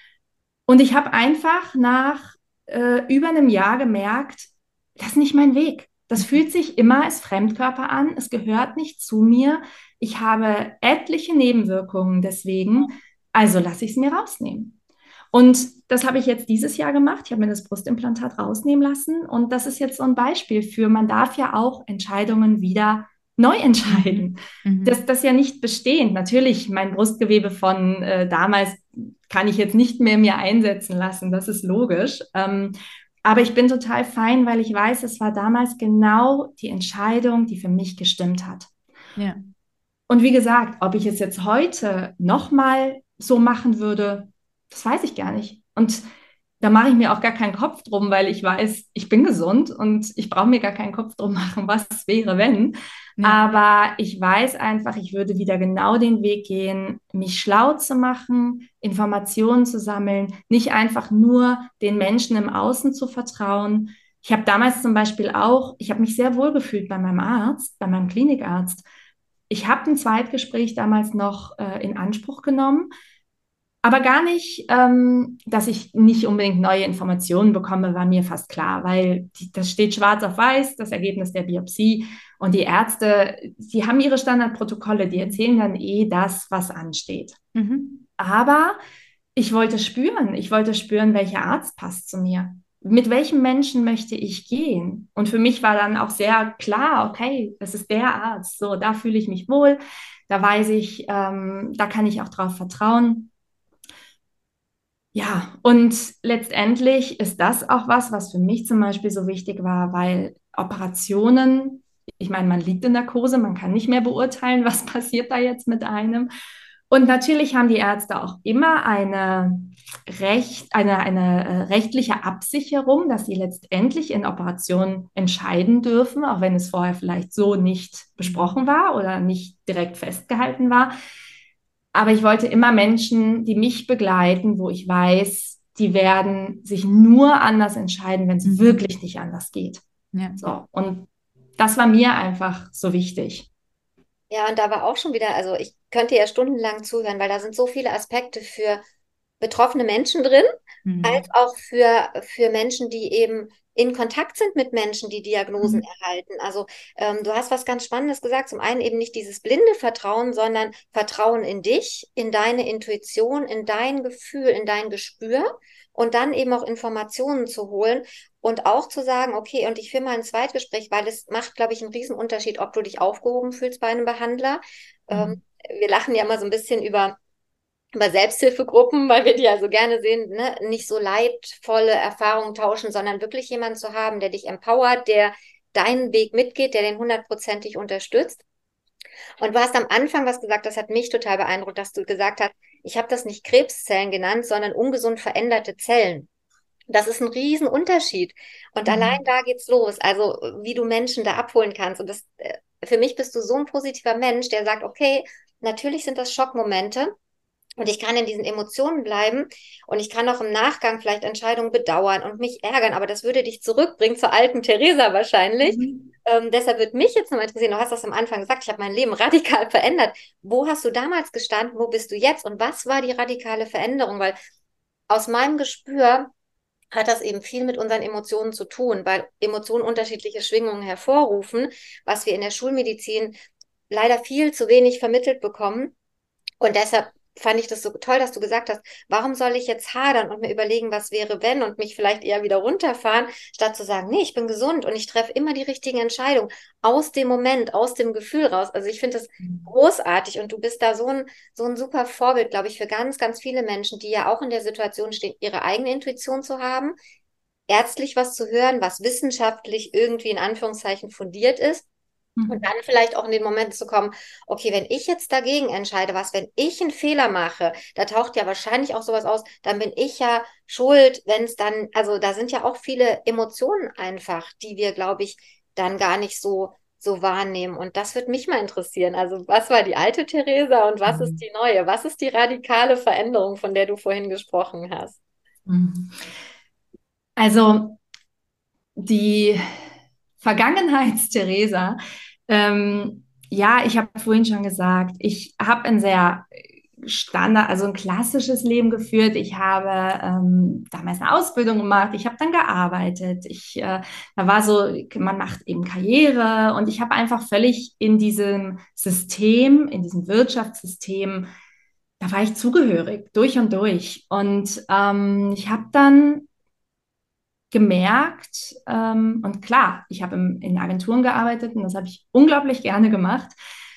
Und ich habe einfach nach über einem Jahr gemerkt, das ist nicht mein Weg. Das fühlt sich immer als Fremdkörper an. Es gehört nicht zu mir. Ich habe etliche Nebenwirkungen deswegen. Also lasse ich es mir rausnehmen. Und das habe ich jetzt dieses Jahr gemacht. Ich habe mir das Brustimplantat rausnehmen lassen. Und das ist jetzt so ein Beispiel für, man darf ja auch Entscheidungen wieder neu entscheiden. Das ist ja nicht bestehend. Natürlich, mein Brustgewebe von damals kann ich jetzt nicht mehr mir einsetzen lassen. Das ist logisch. Aber ich bin total fein, weil ich weiß, es war damals genau die Entscheidung, die für mich gestimmt hat. Ja. Und wie gesagt, ob ich es jetzt heute nochmal so machen würde, das weiß ich gar nicht. Und da mache ich mir auch gar keinen Kopf drum, weil ich weiß, ich bin gesund und ich brauche mir gar keinen Kopf drum machen, was wäre, wenn. Ja. Aber ich weiß einfach, ich würde wieder genau den Weg gehen, mich schlau zu machen, Informationen zu sammeln, nicht einfach nur den Menschen im Außen zu vertrauen. Ich habe damals zum Beispiel auch, ich habe mich sehr wohl gefühlt bei meinem Arzt, bei meinem Klinikarzt. Ich habe ein Zweitgespräch damals noch in Anspruch genommen, aber gar nicht, dass ich nicht unbedingt neue Informationen bekomme, war mir fast klar, weil das steht schwarz auf weiß, das Ergebnis der Biopsie. Und die Ärzte, die haben ihre Standardprotokolle, die erzählen dann das, was ansteht. Aber ich wollte spüren, welcher Arzt passt zu mir. Mit welchem Menschen möchte ich gehen? Und für mich war dann auch sehr klar, okay, das ist der Arzt, so, da fühle ich mich wohl, da weiß ich, da kann ich auch drauf vertrauen. Ja, und letztendlich ist das auch was für mich zum Beispiel so wichtig war, weil Operationen, ich meine, man liegt in Narkose, man kann nicht mehr beurteilen, was passiert da jetzt mit einem. Und natürlich haben die Ärzte auch immer eine rechtliche Absicherung, dass sie letztendlich in Operationen entscheiden dürfen, auch wenn es vorher vielleicht so nicht besprochen war oder nicht direkt festgehalten war. Aber ich wollte immer Menschen, die mich begleiten, wo ich weiß, die werden sich nur anders entscheiden, wenn es wirklich nicht anders geht. Ja. So, und das war mir einfach so wichtig. Ja, und da war auch schon wieder, also ich könnte ja stundenlang zuhören, weil da sind so viele Aspekte für betroffene Menschen drin, als auch für Menschen, die eben in Kontakt sind mit Menschen, die Diagnosen erhalten. Also du hast was ganz Spannendes gesagt. Zum einen eben nicht dieses blinde Vertrauen, sondern Vertrauen in dich, in deine Intuition, in dein Gefühl, in dein Gespür und dann eben auch Informationen zu holen und auch zu sagen, okay, und ich führe mal ein Zweitgespräch, weil es macht, glaube ich, einen Riesenunterschied, ob du dich aufgehoben fühlst bei einem Behandler. Wir lachen ja immer so ein bisschen über Selbsthilfegruppen, weil wir die ja so gerne sehen, ne? Nicht so leidvolle Erfahrungen tauschen, sondern wirklich jemanden zu haben, der dich empowert, der deinen Weg mitgeht, der den 100%ig unterstützt. Und du hast am Anfang was gesagt, das hat mich total beeindruckt, dass du gesagt hast, ich habe das nicht Krebszellen genannt, sondern ungesund veränderte Zellen. Das ist ein Riesenunterschied. Und allein da geht's los. Also, wie du Menschen da abholen kannst. Und das, für mich bist du so ein positiver Mensch, der sagt, okay, natürlich sind das Schockmomente. Und ich kann in diesen Emotionen bleiben und ich kann auch im Nachgang vielleicht Entscheidungen bedauern und mich ärgern, aber das würde dich zurückbringen zur alten Theresa wahrscheinlich. Deshalb würde mich jetzt noch mal interessieren, du hast das am Anfang gesagt, ich habe mein Leben radikal verändert. Wo hast du damals gestanden, wo bist du jetzt und was war die radikale Veränderung? Weil aus meinem Gespür hat das eben viel mit unseren Emotionen zu tun, weil Emotionen unterschiedliche Schwingungen hervorrufen, was wir in der Schulmedizin leider viel zu wenig vermittelt bekommen. Und deshalb fand ich das so toll, dass du gesagt hast, warum soll ich jetzt hadern und mir überlegen, was wäre, wenn und mich vielleicht eher wieder runterfahren, statt zu sagen, nee, ich bin gesund und ich treffe immer die richtigen Entscheidungen aus dem Moment, aus dem Gefühl raus. Also ich finde das großartig und du bist da so ein super Vorbild, glaube ich, für ganz, ganz viele Menschen, die ja auch in der Situation stehen, ihre eigene Intuition zu haben, ärztlich was zu hören, was wissenschaftlich irgendwie in Anführungszeichen fundiert ist. Und dann vielleicht auch in den Moment zu kommen, okay, wenn ich jetzt dagegen entscheide, was, wenn ich einen Fehler mache, da taucht ja wahrscheinlich auch sowas aus, dann bin ich ja schuld, wenn es dann, also da sind ja auch viele Emotionen einfach, die wir, glaube ich, dann gar nicht so wahrnehmen. Und das würde mich mal interessieren. Also was war die alte Theresa und was ist die neue? Was ist die radikale Veränderung, von der du vorhin gesprochen hast? Also die Vergangenheits-Theresa, ja, ich habe vorhin schon gesagt, ich habe ein sehr also ein klassisches Leben geführt. Ich habe damals eine Ausbildung gemacht, ich habe dann gearbeitet. Da war so, man macht eben Karriere und ich habe einfach völlig in diesem System, in diesem Wirtschaftssystem, da war ich zugehörig, durch und durch. Und ich habe dann gemerkt, und klar, ich habe in Agenturen gearbeitet und das habe ich unglaublich gerne gemacht.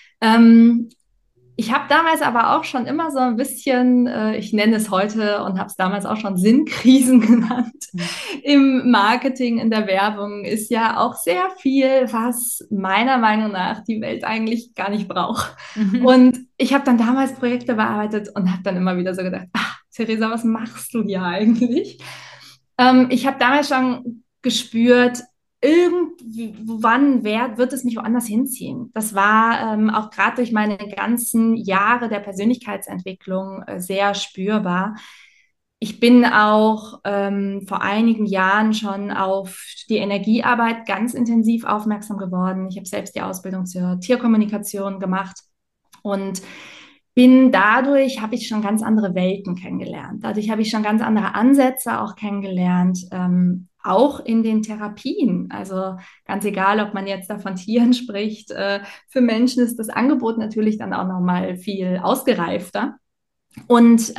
Ich habe damals aber auch schon immer so ein bisschen, ich nenne es heute und habe es damals auch schon Sinnkrisen genannt. Im Marketing, in der Werbung ist ja auch sehr viel, was meiner Meinung nach die Welt eigentlich gar nicht braucht. Und ich habe dann damals Projekte bearbeitet und habe dann immer wieder so gedacht, ach, Theresa, was machst du hier eigentlich? Ich habe damals schon gespürt, irgendwann wird es mich woanders hinziehen. Das war auch gerade durch meine ganzen Jahre der Persönlichkeitsentwicklung sehr spürbar. Ich bin auch vor einigen Jahren schon auf die Energiearbeit ganz intensiv aufmerksam geworden. Ich habe selbst die Ausbildung zur Tierkommunikation gemacht und habe ich schon ganz andere Welten kennengelernt. Dadurch habe ich schon ganz andere Ansätze auch kennengelernt, auch in den Therapien. Also ganz egal, ob man jetzt da von Tieren spricht, für Menschen ist das Angebot natürlich dann auch nochmal viel ausgereifter. Und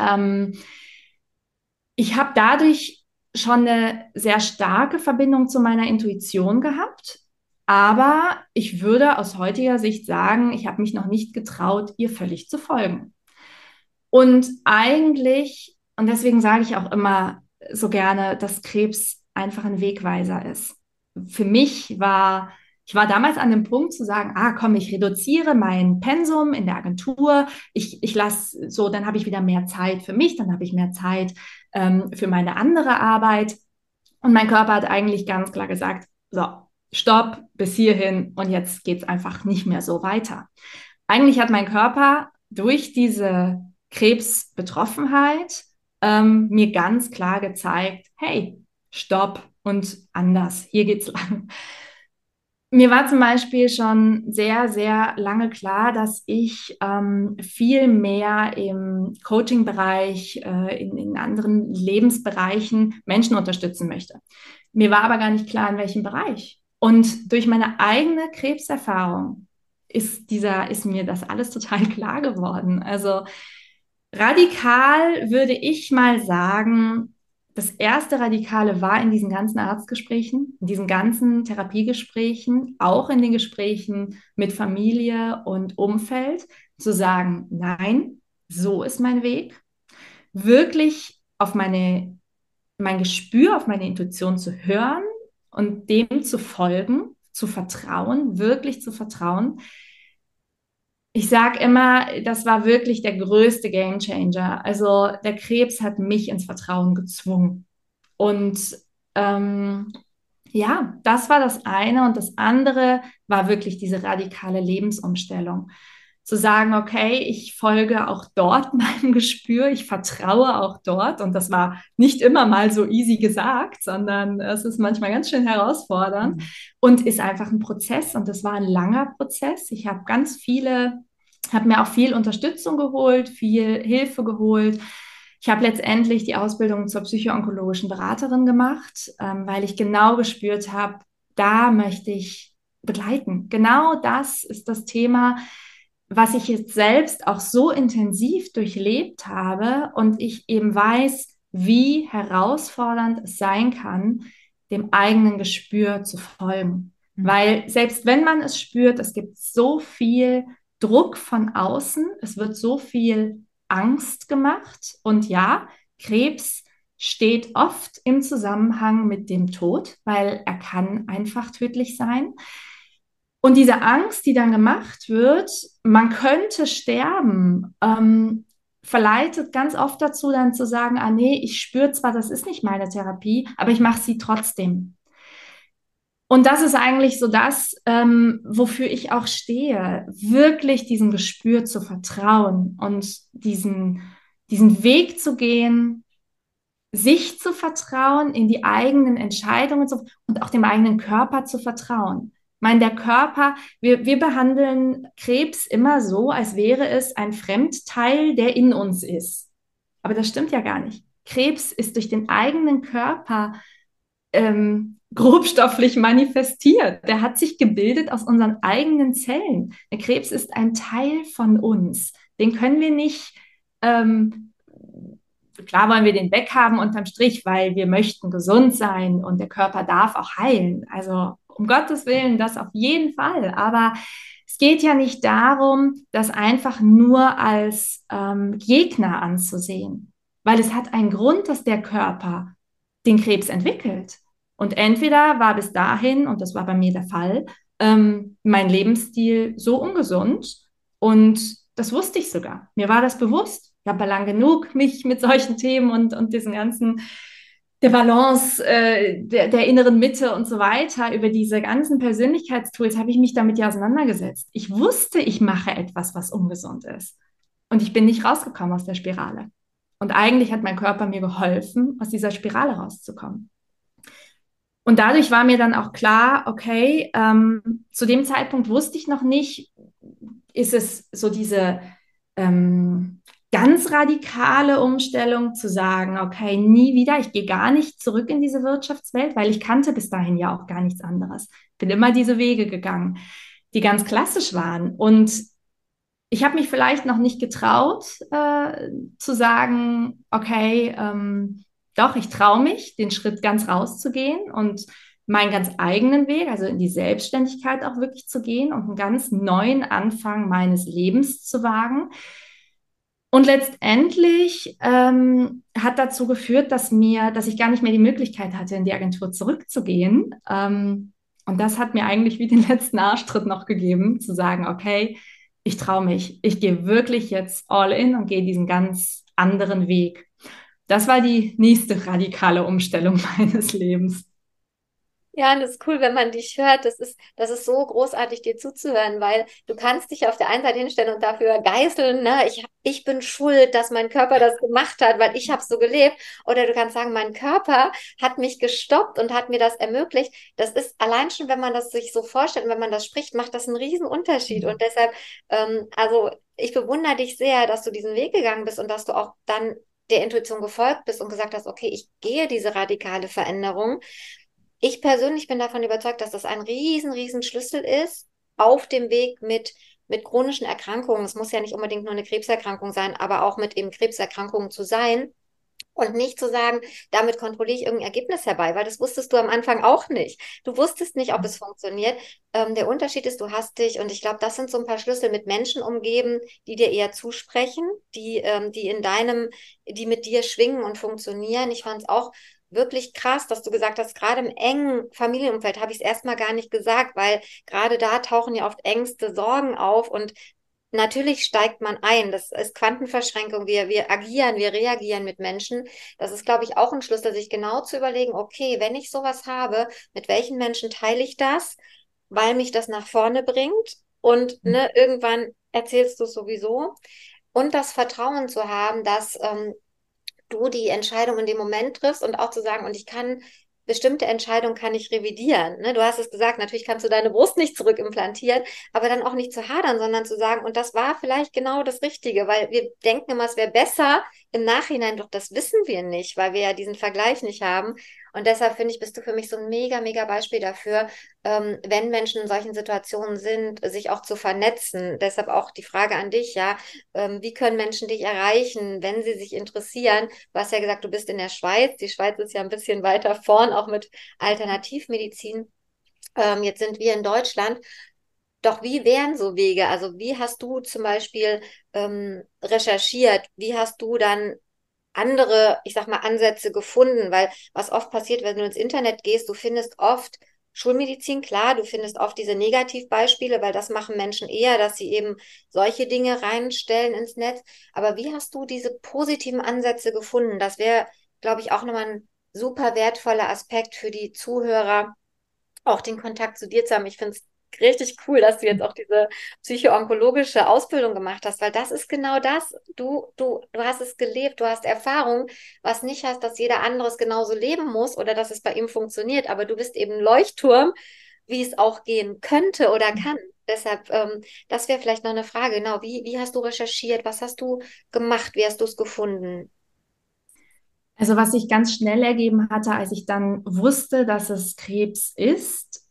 ich habe dadurch schon eine sehr starke Verbindung zu meiner Intuition gehabt. Aber ich würde aus heutiger Sicht sagen, ich habe mich noch nicht getraut, ihr völlig zu folgen. Und eigentlich, und deswegen sage ich auch immer so gerne, dass Krebs einfach ein Wegweiser ist. Für mich war Ich war damals an dem Punkt zu sagen, komm, ich reduziere mein Pensum in der Agentur, ich lasse so, dann habe ich wieder mehr Zeit für mich, dann habe ich mehr Zeit für meine andere Arbeit. Und mein Körper hat eigentlich ganz klar gesagt, so, stopp, bis hierhin und jetzt geht es einfach nicht mehr so weiter. Eigentlich hat mein Körper durch diese Krebsbetroffenheit mir ganz klar gezeigt, hey, stopp und anders, hier geht's lang. Mir war zum Beispiel schon sehr, sehr lange klar, dass ich viel mehr im Coaching-Bereich, in anderen Lebensbereichen Menschen unterstützen möchte. Mir war aber gar nicht klar, in welchem Bereich. Und durch meine eigene Krebserfahrung ist mir das alles total klar geworden. Also radikal würde ich mal sagen, das erste Radikale war in diesen ganzen Arztgesprächen, in diesen ganzen Therapiegesprächen, auch in den Gesprächen mit Familie und Umfeld, zu sagen, nein, so ist mein Weg. Wirklich auf mein Gespür, auf meine Intuition zu hören und dem zu folgen, zu vertrauen, wirklich zu vertrauen. Ich sage immer, das war wirklich der größte Gamechanger. Also der Krebs hat mich ins Vertrauen gezwungen. Und ja, das war das eine. Und das andere war wirklich diese radikale Lebensumstellung. Zu sagen, okay, ich folge auch dort meinem Gespür, ich vertraue auch dort. Und das war nicht immer mal so easy gesagt, sondern es ist manchmal ganz schön herausfordernd und ist einfach ein Prozess. Und das war ein langer Prozess. Ich habe mir auch viel Unterstützung geholt, viel Hilfe geholt. Ich habe letztendlich die Ausbildung zur psychoonkologischen Beraterin gemacht, weil ich genau gespürt habe, da möchte ich begleiten. Genau das ist das Thema, was ich jetzt selbst auch so intensiv durchlebt habe und ich eben weiß, wie herausfordernd es sein kann, dem eigenen Gespür zu folgen. Weil selbst wenn man es spürt, es gibt so viel Druck von außen, es wird so viel Angst gemacht. Und ja, Krebs steht oft im Zusammenhang mit dem Tod, weil er kann einfach tödlich sein. Und diese Angst, die dann gemacht wird, man könnte sterben, verleitet ganz oft dazu, dann zu sagen, nee, ich spüre zwar, das ist nicht meine Therapie, aber ich mache sie trotzdem. Und das ist eigentlich so das, wofür ich auch stehe, wirklich diesem Gespür zu vertrauen und diesen Weg zu gehen, sich zu vertrauen, in die eigenen Entscheidungen und auch dem eigenen Körper zu vertrauen. Ich meine, der Körper, wir behandeln Krebs immer so, als wäre es ein Fremdteil, der in uns ist. Aber das stimmt ja gar nicht. Krebs ist durch den eigenen Körper grobstofflich manifestiert. Der hat sich gebildet aus unseren eigenen Zellen. Der Krebs ist ein Teil von uns. Den können wir nicht, klar wollen wir den weghaben unterm Strich, weil wir möchten gesund sein und der Körper darf auch heilen. Also um Gottes Willen, das auf jeden Fall. Aber es geht ja nicht darum, das einfach nur als Gegner anzusehen, weil es hat einen Grund, dass der Körper den Krebs entwickelt. Und entweder war bis dahin, und das war bei mir der Fall, mein Lebensstil so ungesund und das wusste ich sogar. Mir war das bewusst. Ich habe lang genug mich mit solchen Themen und diesen ganzen, der Balance, der inneren Mitte und so weiter, über diese ganzen Persönlichkeitstools habe ich mich damit ja auseinandergesetzt. Ich wusste, ich mache etwas, was ungesund ist. Und ich bin nicht rausgekommen aus der Spirale. Und eigentlich hat mein Körper mir geholfen, aus dieser Spirale rauszukommen. Und dadurch war mir dann auch klar, okay, zu dem Zeitpunkt wusste ich noch nicht, ist es so diese ganz radikale Umstellung zu sagen, okay, nie wieder, ich gehe gar nicht zurück in diese Wirtschaftswelt, weil ich kannte bis dahin ja auch gar nichts anderes. Bin immer diese Wege gegangen, die ganz klassisch waren. Und ich habe mich vielleicht noch nicht getraut, zu sagen, okay, doch, ich traue mich, den Schritt ganz rauszugehen und meinen ganz eigenen Weg, also in die Selbstständigkeit auch wirklich zu gehen und einen ganz neuen Anfang meines Lebens zu wagen. Und letztendlich hat dazu geführt, dass ich gar nicht mehr die Möglichkeit hatte, in die Agentur zurückzugehen, Und das hat mir eigentlich wie den letzten Arschtritt noch gegeben, zu sagen, okay, ich traue mich, ich gehe wirklich jetzt all in und gehe diesen ganz anderen Weg. Das war die nächste radikale Umstellung meines Lebens. Ja, und das ist cool, wenn man dich hört. Das ist so großartig, dir zuzuhören, weil du kannst dich auf der einen Seite hinstellen und dafür geißeln, ne? Ich bin schuld, dass mein Körper das gemacht hat, weil ich habe so gelebt. Oder du kannst sagen, mein Körper hat mich gestoppt und hat mir das ermöglicht. Das ist allein schon, wenn man das sich so vorstellt und wenn man das spricht, macht das einen riesen Unterschied. Und deshalb, also ich bewundere dich sehr, dass du diesen Weg gegangen bist und dass du auch dann der Intuition gefolgt bist und gesagt hast, okay, ich gehe diese radikale Veränderung. Ich persönlich bin davon überzeugt, dass das ein riesen Schlüssel ist auf dem Weg mit chronischen Erkrankungen. Es muss ja nicht unbedingt nur eine Krebserkrankung sein, aber auch mit eben Krebserkrankungen zu sein. Und nicht zu sagen, damit kontrolliere ich irgendein Ergebnis herbei, weil das wusstest du am Anfang auch nicht. Du wusstest nicht, ob es funktioniert. Der Unterschied ist, du hast dich, und ich glaube, das sind so ein paar Schlüssel, mit Menschen umgeben, die dir eher zusprechen, die mit dir schwingen und funktionieren. Ich fand es auch wirklich krass, dass du gesagt hast, gerade im engen Familienumfeld habe ich es erstmal gar nicht gesagt, weil gerade da tauchen ja oft Ängste, Sorgen auf und natürlich steigt man ein. Das ist Quantenverschränkung. Wir agieren, wir reagieren mit Menschen. Das ist, glaube ich, auch ein Schlüssel, sich genau zu überlegen, okay, wenn ich sowas habe, mit welchen Menschen teile ich das, weil mich das nach vorne bringt und ne, irgendwann erzählst du es sowieso. Und das Vertrauen zu haben, dass du die Entscheidung in dem Moment triffst und auch zu sagen, und ich kann bestimmte Entscheidungen kann ich revidieren. Ne? Du hast es gesagt, natürlich kannst du deine Brust nicht zurückimplantieren, aber dann auch nicht zu hadern, sondern zu sagen, und das war vielleicht genau das Richtige, weil wir denken immer, es wäre besser im Nachhinein, doch das wissen wir nicht, weil wir ja diesen Vergleich nicht haben. Und deshalb finde ich, bist du für mich so ein mega Beispiel dafür, wenn Menschen in solchen Situationen sind, sich auch zu vernetzen. Deshalb auch die Frage an dich, ja, wie können Menschen dich erreichen, wenn sie sich interessieren? Du hast ja gesagt, du bist in der Schweiz. Die Schweiz ist ja ein bisschen weiter vorn, auch mit Alternativmedizin. Jetzt sind wir in Deutschland. Doch wie wären so Wege? Also wie hast du zum Beispiel recherchiert? Wie hast du dann andere, ich sag mal, Ansätze gefunden? Weil was oft passiert, wenn du ins Internet gehst, du findest oft Schulmedizin, klar, du findest oft diese Negativbeispiele, weil das machen Menschen eher, dass sie eben solche Dinge reinstellen ins Netz. Aber wie hast du diese positiven Ansätze gefunden? Das wäre, glaube ich, auch nochmal ein super wertvoller Aspekt für die Zuhörer, auch den Kontakt zu dir zu haben. Ich finde es richtig cool, dass du jetzt auch diese psycho-onkologische Ausbildung gemacht hast, weil das ist genau das. Du hast es gelebt, du hast Erfahrung, was nicht heißt, dass jeder andere es genauso leben muss oder dass es bei ihm funktioniert, aber du bist eben ein Leuchtturm, wie es auch gehen könnte oder kann. Deshalb, das wäre vielleicht noch eine Frage, genau, wie hast du recherchiert, was hast du gemacht, wie hast du es gefunden? Also was sich ganz schnell ergeben hatte, als ich dann wusste, dass es Krebs ist,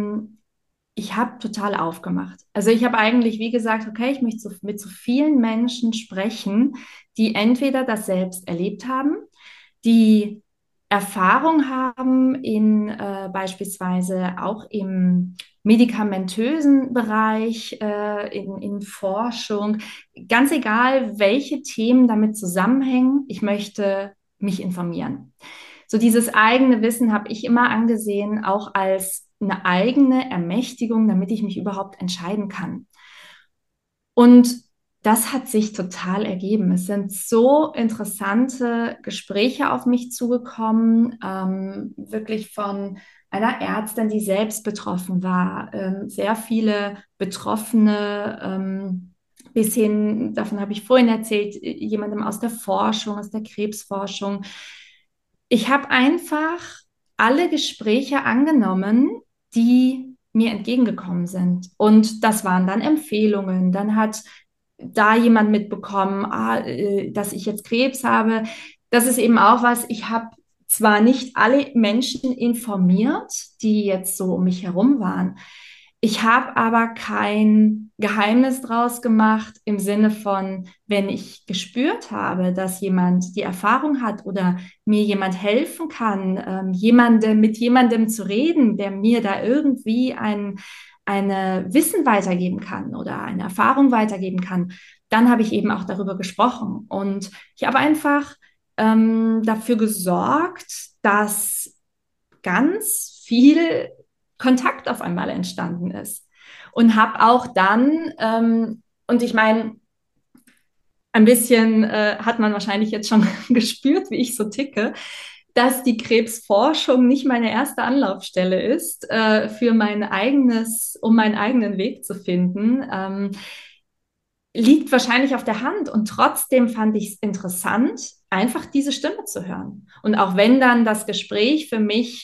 ich habe total aufgemacht. Also ich habe eigentlich, wie gesagt, okay, ich möchte mit so vielen Menschen sprechen, die entweder das selbst erlebt haben, die Erfahrung haben in beispielsweise auch im medikamentösen Bereich, in Forschung, ganz egal, welche Themen damit zusammenhängen. Ich möchte mich informieren. So dieses eigene Wissen habe ich immer angesehen, auch als eine eigene Ermächtigung, damit ich mich überhaupt entscheiden kann. Und das hat sich total ergeben. Es sind so interessante Gespräche auf mich zugekommen, wirklich von einer Ärztin, die selbst betroffen war, sehr viele Betroffene, bis hin, davon habe ich vorhin erzählt, jemandem aus der Forschung, aus der Krebsforschung. Ich habe einfach alle Gespräche angenommen, die mir entgegengekommen sind. Und das waren dann Empfehlungen. Dann hat da jemand mitbekommen, dass ich jetzt Krebs habe. Das ist eben auch was, ich habe zwar nicht alle Menschen informiert, die jetzt so um mich herum waren. Ich habe aber kein Geheimnis draus gemacht im Sinne von, wenn ich gespürt habe, dass jemand die Erfahrung hat oder mir jemand helfen kann, mit jemandem zu reden, der mir da irgendwie eine Wissen weitergeben kann oder eine Erfahrung weitergeben kann, dann habe ich eben auch darüber gesprochen. Und ich habe einfach dafür gesorgt, dass ganz viel Kontakt auf einmal entstanden ist. Und habe auch dann, und ich meine, ein bisschen hat man wahrscheinlich jetzt schon gespürt, wie ich so ticke, dass die Krebsforschung nicht meine erste Anlaufstelle ist für um meinen eigenen Weg zu finden. Liegt wahrscheinlich auf der Hand. Und trotzdem fand ich es interessant, einfach diese Stimme zu hören. Und auch wenn dann das Gespräch für mich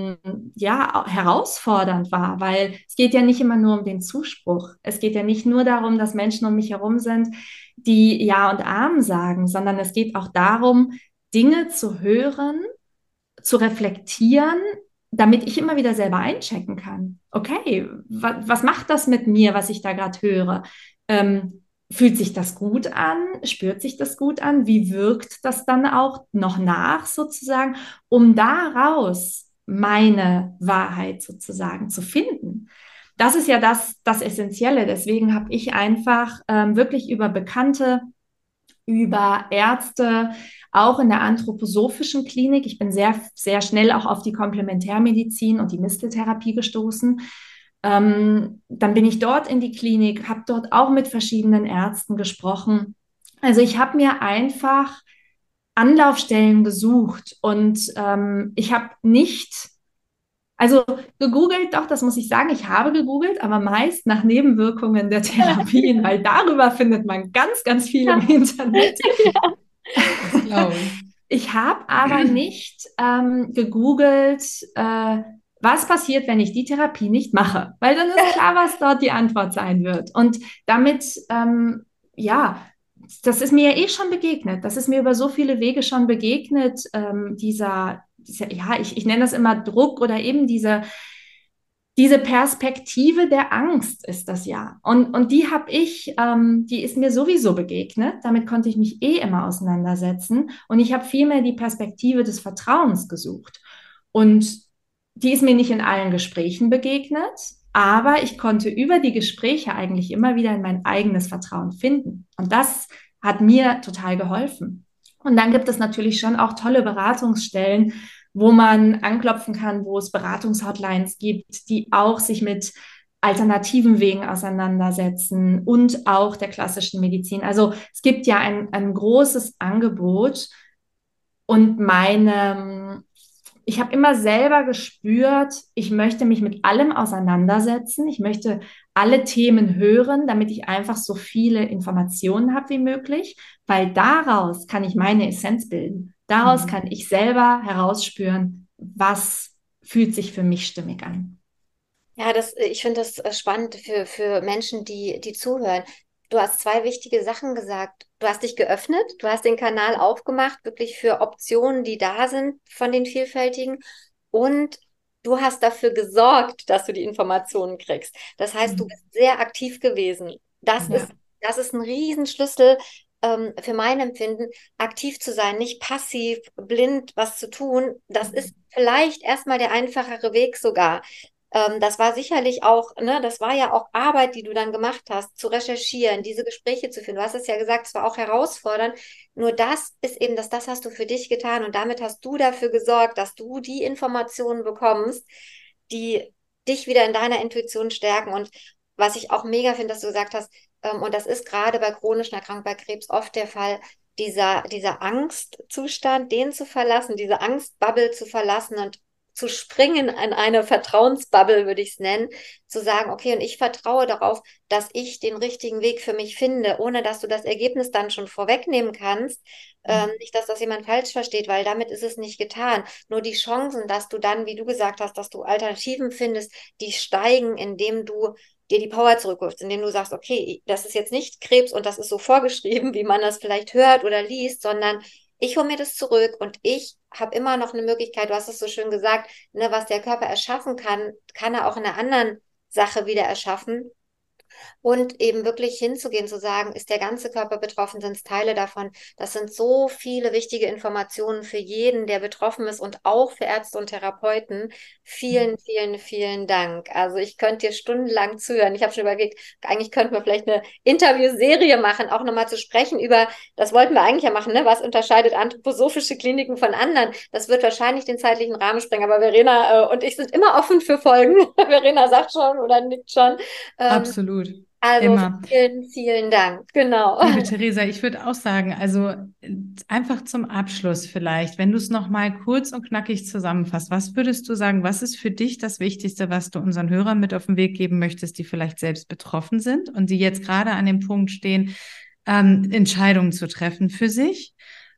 ja herausfordernd war, weil es geht ja nicht immer nur um den Zuspruch. Es geht ja nicht nur darum, dass Menschen um mich herum sind, die Ja und Amen sagen, sondern es geht auch darum, Dinge zu hören, zu reflektieren, damit ich immer wieder selber einchecken kann. Okay, was macht das mit mir, was ich da gerade höre? Fühlt sich das gut an? Spürt sich das gut an? Wie wirkt das dann auch noch nach sozusagen, um daraus meine Wahrheit sozusagen zu finden? Das ist ja das Essentielle. Deswegen habe ich einfach wirklich über Bekannte, über Ärzte, auch in der anthroposophischen Klinik. Ich bin sehr, sehr schnell auch auf die Komplementärmedizin und die Misteltherapie gestoßen. Dann bin ich dort in die Klinik, habe dort auch mit verschiedenen Ärzten gesprochen. Also ich habe mir einfach Anlaufstellen gesucht und ich habe nicht, also gegoogelt, doch, das muss ich sagen, ich habe gegoogelt, aber meist nach Nebenwirkungen der Therapien, weil darüber findet man ganz, ganz viel im Internet. Das glaube ich. Ich habe aber nicht gegoogelt, was passiert, wenn ich die Therapie nicht mache, weil dann ist klar, was dort die Antwort sein wird. Und damit, ja, das ist mir ja eh schon begegnet. Das ist mir über so viele Wege schon begegnet, ja, ich nenne das immer Druck oder eben diese Perspektive der Angst ist das ja. Und die habe ich, die ist mir sowieso begegnet. Damit konnte ich mich eh immer auseinandersetzen. Und ich habe vielmehr die Perspektive des Vertrauens gesucht. Und die ist mir nicht in allen Gesprächen begegnet, aber ich konnte über die Gespräche eigentlich immer wieder in mein eigenes Vertrauen finden. Und das hat mir total geholfen. Und dann gibt es natürlich schon auch tolle Beratungsstellen, wo man anklopfen kann, wo es Beratungshotlines gibt, die auch sich mit alternativen Wegen auseinandersetzen und auch der klassischen Medizin. Also es gibt ja ein großes Angebot und ich habe immer selber gespürt, ich möchte mich mit allem auseinandersetzen. Ich möchte alle Themen hören, damit ich einfach so viele Informationen habe wie möglich, weil daraus kann ich meine Essenz bilden. Daraus kann ich selber herausspüren, was fühlt sich für mich stimmig an. Ja, ich finde das spannend für Menschen, die zuhören. Du hast zwei wichtige Sachen gesagt. Du hast dich geöffnet, du hast den Kanal aufgemacht, wirklich für Optionen, die da sind von den vielfältigen. Und du hast dafür gesorgt, dass du die Informationen kriegst. Das heißt, du bist sehr aktiv gewesen. Ja. Das ist ein Riesenschlüssel, für mein Empfinden, aktiv zu sein, nicht passiv, blind was zu tun. Das ist vielleicht erstmal der einfachere Weg sogar. Das war sicherlich auch, ne, das war ja auch Arbeit, die du dann gemacht hast, zu recherchieren, diese Gespräche zu führen. Du hast es ja gesagt, es war auch herausfordernd. Nur das ist eben, das hast du für dich getan und damit hast du dafür gesorgt, dass du die Informationen bekommst, die dich wieder in deiner Intuition stärken. Und was ich auch mega finde, dass du gesagt hast, und das ist gerade bei chronischen Erkrankungen, bei Krebs oft der Fall, dieser Angstzustand, den zu verlassen, diese Angstbubble zu verlassen und zu springen in eine Vertrauensbubble, würde ich es nennen, zu sagen, okay, und ich vertraue darauf, dass ich den richtigen Weg für mich finde, ohne dass du das Ergebnis dann schon vorwegnehmen kannst. Nicht, dass das jemand falsch versteht, weil damit ist es nicht getan. Nur die Chancen, dass du dann, wie du gesagt hast, dass du Alternativen findest, die steigen, indem du dir die Power zurückholst, indem du sagst, okay, das ist jetzt nicht Krebs und das ist so vorgeschrieben, wie man das vielleicht hört oder liest, sondern ich hole mir das zurück und ich habe immer noch eine Möglichkeit, du hast es so schön gesagt, ne, was der Körper erschaffen kann, kann er auch in einer anderen Sache wieder erschaffen. Und eben wirklich hinzugehen, zu sagen, ist der ganze Körper betroffen, sind es Teile davon. Das sind so viele wichtige Informationen für jeden, der betroffen ist und auch für Ärzte und Therapeuten. Vielen, vielen, vielen Dank. Also ich könnte dir stundenlang zuhören. Ich habe schon überlegt, eigentlich könnten wir vielleicht eine Interviewserie machen, auch nochmal zu sprechen über, das wollten wir eigentlich ja machen, ne? Was unterscheidet anthroposophische Kliniken von anderen? Das wird wahrscheinlich den zeitlichen Rahmen sprengen, aber Verena und ich sind immer offen für Folgen. Verena sagt schon oder nickt schon. Absolut. Also Immer. vielen, vielen Dank. Genau. Liebe Theresa, ich würde auch sagen, also einfach zum Abschluss vielleicht, wenn du es nochmal kurz und knackig zusammenfasst, was würdest du sagen, was ist für dich das Wichtigste, was du unseren Hörern mit auf den Weg geben möchtest, die vielleicht selbst betroffen sind und die jetzt gerade an dem Punkt stehen, Entscheidungen zu treffen für sich?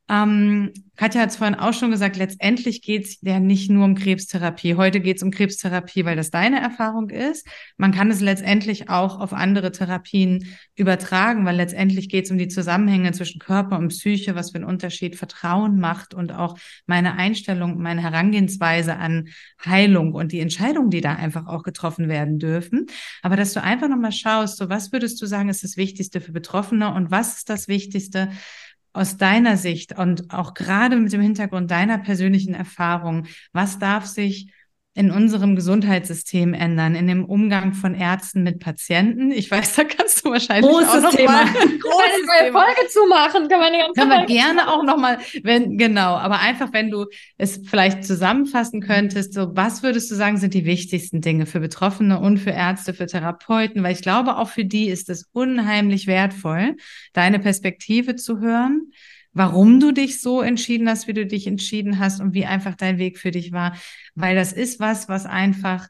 Katja hat es vorhin auch schon gesagt, letztendlich geht es ja nicht nur um Krebstherapie. Heute geht es um Krebstherapie, weil das deine Erfahrung ist. Man kann es letztendlich auch auf andere Therapien übertragen, weil letztendlich geht es um die Zusammenhänge zwischen Körper und Psyche, was für einen Unterschied Vertrauen macht und auch meine Einstellung, meine Herangehensweise an Heilung und die Entscheidungen, die da einfach auch getroffen werden dürfen. Aber dass du einfach nochmal schaust, so was würdest du sagen, ist das Wichtigste für Betroffene und was ist das Wichtigste aus deiner Sicht und auch gerade mit dem Hintergrund deiner persönlichen Erfahrung, was darf sich in unserem Gesundheitssystem ändern, in dem Umgang von Ärzten mit Patienten? Ich weiß, da kannst du wahrscheinlich Großes auch noch Thema. mal Großes Thema. Folge zu machen, können wir die ganze können wir Folge gerne auch noch mal, genau, aber einfach, wenn du es vielleicht zusammenfassen könntest, so was würdest du sagen, sind die wichtigsten Dinge für Betroffene und für Ärzte, für Therapeuten, weil ich glaube, auch für die ist es unheimlich wertvoll, deine Perspektive zu hören, warum du dich so entschieden hast, wie du dich entschieden hast und wie einfach dein Weg für dich war, weil das ist was einfach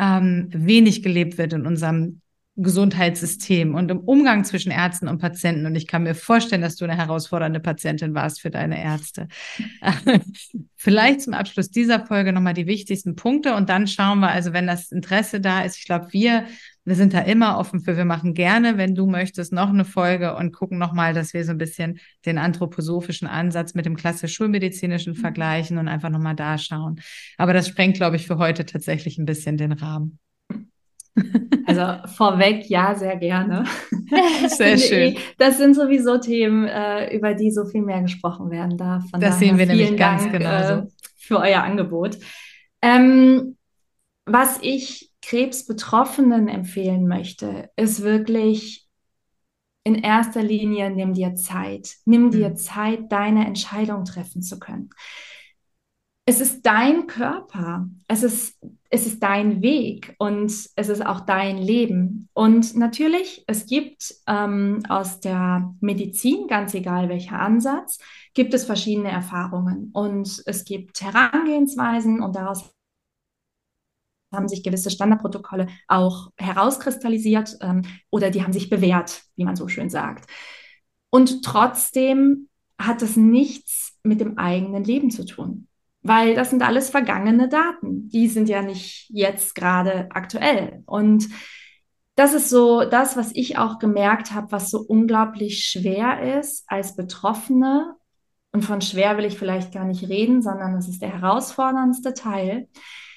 wenig gelebt wird in unserem Gesundheitssystem und im Umgang zwischen Ärzten und Patienten. Und ich kann mir vorstellen, dass du eine herausfordernde Patientin warst für deine Ärzte. Vielleicht zum Abschluss dieser Folge nochmal die wichtigsten Punkte und dann schauen wir, also wenn das Interesse da ist, ich glaube, wir sind da immer offen für, wir machen gerne, wenn du möchtest, noch eine Folge und gucken nochmal, dass wir so ein bisschen den anthroposophischen Ansatz mit dem klassisch-schulmedizinischen vergleichen und einfach nochmal da schauen. Aber das sprengt, glaube ich, für heute tatsächlich ein bisschen den Rahmen. Also vorweg, ja, sehr gerne. Sehr schön. Das sind sowieso Themen, über die so viel mehr gesprochen werden darf. Von Das daher sehen wir nämlich vielen ganz Dank genauso. für euer Angebot. Was ich Krebsbetroffenen empfehlen möchte, ist wirklich in erster Linie, nimm dir Zeit. Nimm dir Zeit, deine Entscheidung treffen zu können. Es ist dein Körper, es ist dein Weg und es ist auch dein Leben. Und natürlich, es gibt aus der Medizin, ganz egal welcher Ansatz, gibt es verschiedene Erfahrungen und es gibt Herangehensweisen und daraus haben sich gewisse Standardprotokolle auch herauskristallisiert oder die haben sich bewährt, wie man so schön sagt. Und trotzdem hat es nichts mit dem eigenen Leben zu tun. Weil das sind alles vergangene Daten. Die sind ja nicht jetzt gerade aktuell. Und das ist so das, was ich auch gemerkt habe, was so unglaublich schwer ist als Betroffene. Und von schwer will ich vielleicht gar nicht reden, sondern das ist der herausforderndste Teil,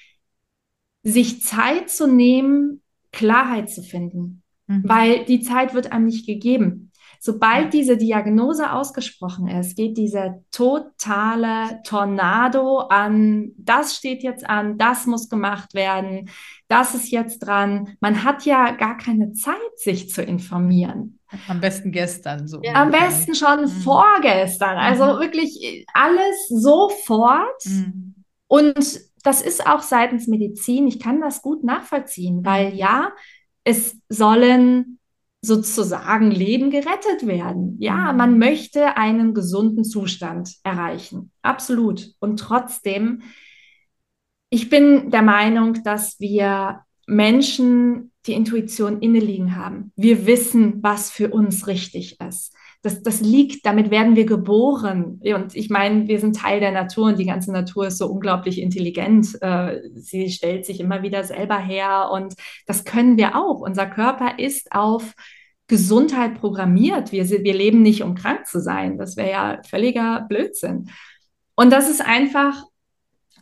sich Zeit zu nehmen, Klarheit zu finden. Weil die Zeit wird einem nicht gegeben. Sobald diese Diagnose ausgesprochen ist, geht dieser totale Tornado an, das steht jetzt an, das muss gemacht werden, das ist jetzt dran. Man hat ja gar keine Zeit, sich zu informieren. Am besten gestern so. Ja. Am besten schon vorgestern. Also wirklich alles sofort. Und das ist auch seitens Medizin, ich kann das gut nachvollziehen, weil ja, es sollen sozusagen Leben gerettet werden. Ja, man möchte einen gesunden Zustand erreichen. Absolut. Und trotzdem, ich bin der Meinung, dass wir Menschen die Intuition inneliegen haben. Wir wissen, was für uns richtig ist. Das liegt, damit werden wir geboren. Und ich meine, wir sind Teil der Natur und die ganze Natur ist so unglaublich intelligent. Sie stellt sich immer wieder selber her und das können wir auch. Unser Körper ist auf Gesundheit programmiert. Wir leben nicht, um krank zu sein. Das wäre ja völliger Blödsinn. Und das ist einfach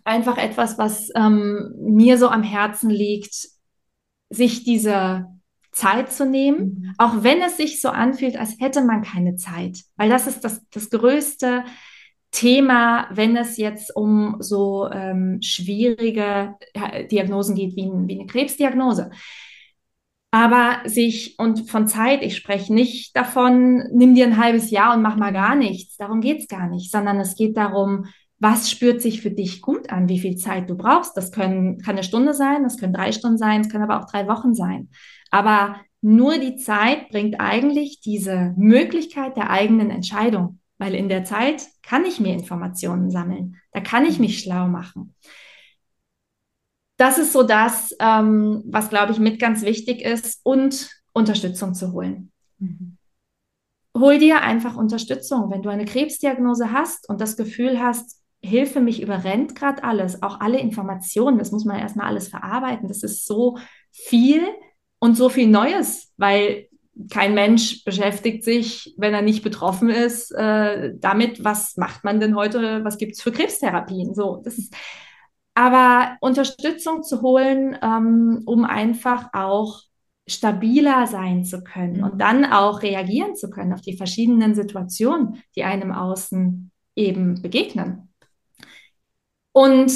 etwas, was mir so am Herzen liegt, sich diese Zeit zu nehmen, auch wenn es sich so anfühlt, als hätte man keine Zeit. Weil das ist das größte Thema, wenn es jetzt um so schwierige Diagnosen geht, wie eine Krebsdiagnose. Aber und von Zeit, ich spreche nicht davon, nimm dir ein halbes Jahr und mach mal gar nichts. Darum geht es gar nicht, sondern es geht darum, was spürt sich für dich gut an, wie viel Zeit du brauchst. Das kann eine Stunde sein, das können 3 Stunden sein, es können aber auch 3 Wochen sein. Aber nur die Zeit bringt eigentlich diese Möglichkeit der eigenen Entscheidung, weil in der Zeit kann ich mir Informationen sammeln, da kann ich mich schlau machen. Das ist so das, was, glaube ich, mit ganz wichtig ist, und Unterstützung zu holen. Hol dir einfach Unterstützung, wenn du eine Krebsdiagnose hast und das Gefühl hast, Hilfe, mich überrennt gerade alles, auch alle Informationen, das muss man erstmal alles verarbeiten. Das ist so viel und so viel Neues, weil kein Mensch beschäftigt sich, wenn er nicht betroffen ist, damit, was macht man denn heute, was gibt es für Krebstherapien? So, aber Unterstützung zu holen, um einfach auch stabiler sein zu können und dann auch reagieren zu können auf die verschiedenen Situationen, die einem außen eben begegnen. Und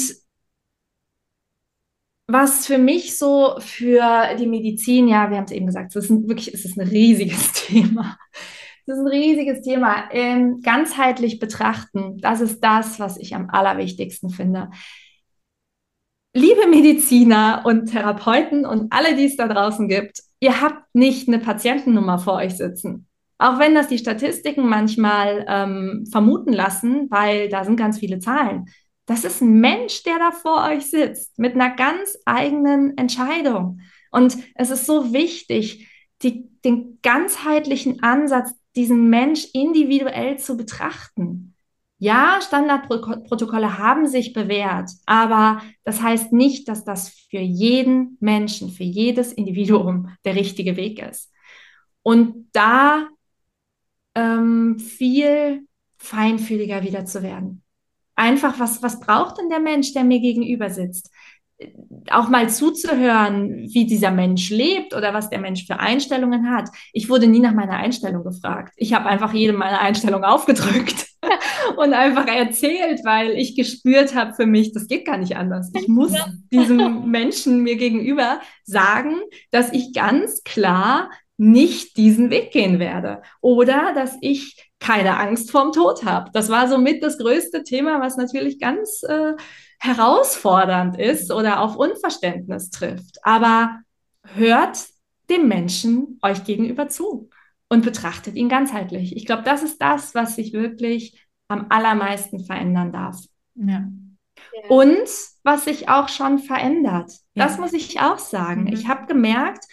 was für mich so für die Medizin, ja, wir haben es eben gesagt, es ist ein riesiges Thema. Das ist ein riesiges Thema. Ganzheitlich betrachten, das ist das, was ich am allerwichtigsten finde. Liebe Mediziner und Therapeuten und alle, die es da draußen gibt, ihr habt nicht eine Patientennummer vor euch sitzen. Auch wenn das die Statistiken manchmal vermuten lassen, weil da sind ganz viele Zahlen. Das ist ein Mensch, der da vor euch sitzt, mit einer ganz eigenen Entscheidung. Und es ist so wichtig, den ganzheitlichen Ansatz, diesen Mensch individuell zu betrachten. Ja, Standardprotokolle haben sich bewährt, aber das heißt nicht, dass das für jeden Menschen, für jedes Individuum der richtige Weg ist. Und da viel feinfühliger wieder zu werden. Einfach, was braucht denn der Mensch, der mir gegenüber sitzt? Auch mal zuzuhören, wie dieser Mensch lebt oder was der Mensch für Einstellungen hat. Ich wurde nie nach meiner Einstellung gefragt. Ich habe einfach jedem meine Einstellung aufgedrückt und einfach erzählt, weil ich gespürt habe für mich, das geht gar nicht anders. Ich muss diesem Menschen mir gegenüber sagen, dass ich ganz klar nicht diesen Weg gehen werde oder dass ich keine Angst vorm Tod habe. Das war somit das größte Thema, was natürlich ganz herausfordernd ist oder auf Unverständnis trifft. Aber hört dem Menschen euch gegenüber zu und betrachtet ihn ganzheitlich. Ich glaube, das ist das, was sich wirklich am allermeisten verändern darf. Ja. Und was sich auch schon verändert. Das muss ich auch sagen. Ich habe gemerkt,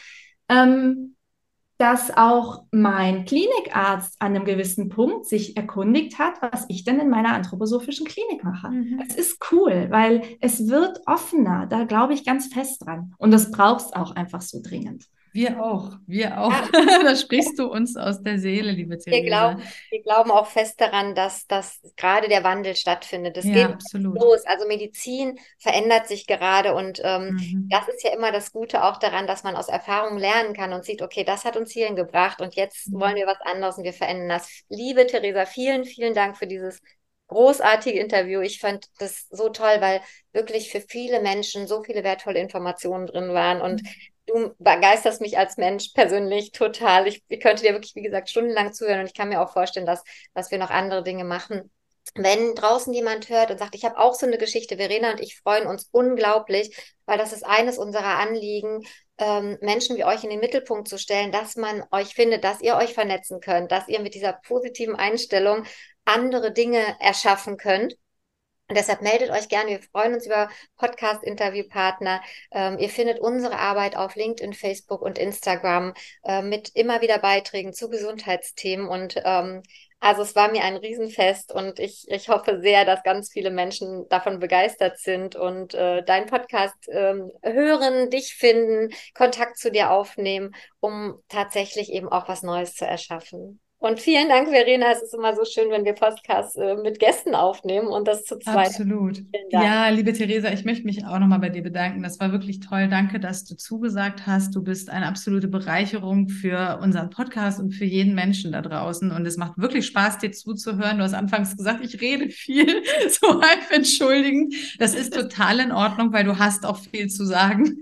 dass auch mein Klinikarzt an einem gewissen Punkt sich erkundigt hat, was ich denn in meiner anthroposophischen Klinik mache. Es ist cool, weil es wird offener, da glaube ich ganz fest dran. Und das braucht es auch einfach so dringend. Wir auch. Ja. Da sprichst du uns aus der Seele, liebe Theresa. Wir glauben auch fest daran, dass gerade der Wandel stattfindet. Es geht absolut los. Also Medizin verändert sich gerade und das ist ja immer das Gute auch daran, dass man aus Erfahrungen lernen kann und sieht, okay, das hat uns hierhin gebracht und jetzt wollen wir was anderes und wir verändern das. Liebe Theresa, vielen, vielen Dank für dieses großartige Interview. Ich fand das so toll, weil wirklich für viele Menschen so viele wertvolle Informationen drin waren und du begeisterst mich als Mensch persönlich total. Ich könnte dir wirklich, wie gesagt, stundenlang zuhören und ich kann mir auch vorstellen, dass wir noch andere Dinge machen. Wenn draußen jemand hört und sagt, ich habe auch so eine Geschichte, Verena und ich freuen uns unglaublich, weil das ist eines unserer Anliegen, Menschen wie euch in den Mittelpunkt zu stellen, dass man euch findet, dass ihr euch vernetzen könnt, dass ihr mit dieser positiven Einstellung andere Dinge erschaffen könnt. Und deshalb meldet euch gerne. Wir freuen uns über Podcast-Interviewpartner. Ihr findet unsere Arbeit auf LinkedIn, Facebook und Instagram mit immer wieder Beiträgen zu Gesundheitsthemen. Und also es war mir ein Riesenfest und ich hoffe sehr, dass ganz viele Menschen davon begeistert sind und deinen Podcast hören, dich finden, Kontakt zu dir aufnehmen, um tatsächlich eben auch was Neues zu erschaffen. Und vielen Dank, Verena. Es ist immer so schön, wenn wir Podcasts mit Gästen aufnehmen und das zu zweit. Absolut. Vielen Dank. Ja, liebe Theresa, ich möchte mich auch nochmal bei dir bedanken. Das war wirklich toll. Danke, dass du zugesagt hast. Du bist eine absolute Bereicherung für unseren Podcast und für jeden Menschen da draußen. Und es macht wirklich Spaß, dir zuzuhören. Du hast anfangs gesagt, ich rede viel, so halb entschuldigend. Das ist total in Ordnung, weil du hast auch viel zu sagen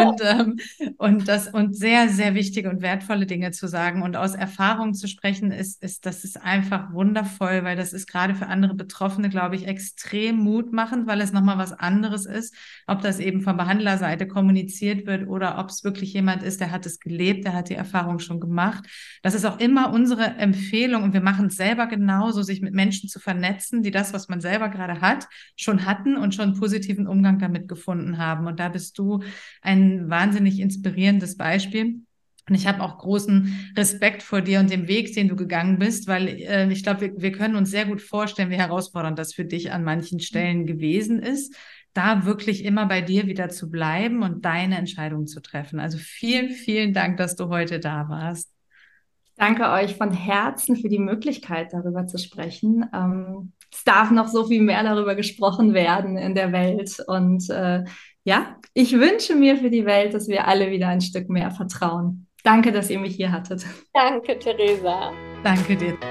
und sehr, sehr wichtige und wertvolle Dinge zu sagen. Und aus Erfahrung zu sprechen, das ist einfach wundervoll, weil das ist gerade für andere Betroffene, glaube ich, extrem mutmachend, weil es nochmal was anderes ist, ob das eben von Behandlerseite kommuniziert wird oder ob es wirklich jemand ist, der hat es gelebt, der hat die Erfahrung schon gemacht. Das ist auch immer unsere Empfehlung und wir machen es selber genauso, sich mit Menschen zu vernetzen, die das, was man selber gerade hat, schon hatten und schon einen positiven Umgang damit gefunden haben. Und da bist du ein wahnsinnig inspirierendes Beispiel. Und ich habe auch großen Respekt vor dir und dem Weg, den du gegangen bist, weil ich glaube, wir können uns sehr gut vorstellen, wie herausfordernd das für dich an manchen Stellen gewesen ist, da wirklich immer bei dir wieder zu bleiben und deine Entscheidung zu treffen. Also vielen, vielen Dank, dass du heute da warst. Danke euch von Herzen für die Möglichkeit, darüber zu sprechen. Es darf noch so viel mehr darüber gesprochen werden in der Welt. Und ja, ich wünsche mir für die Welt, dass wir alle wieder ein Stück mehr vertrauen. Danke, dass ihr mich hier hattet. Danke, Theresa. Danke dir.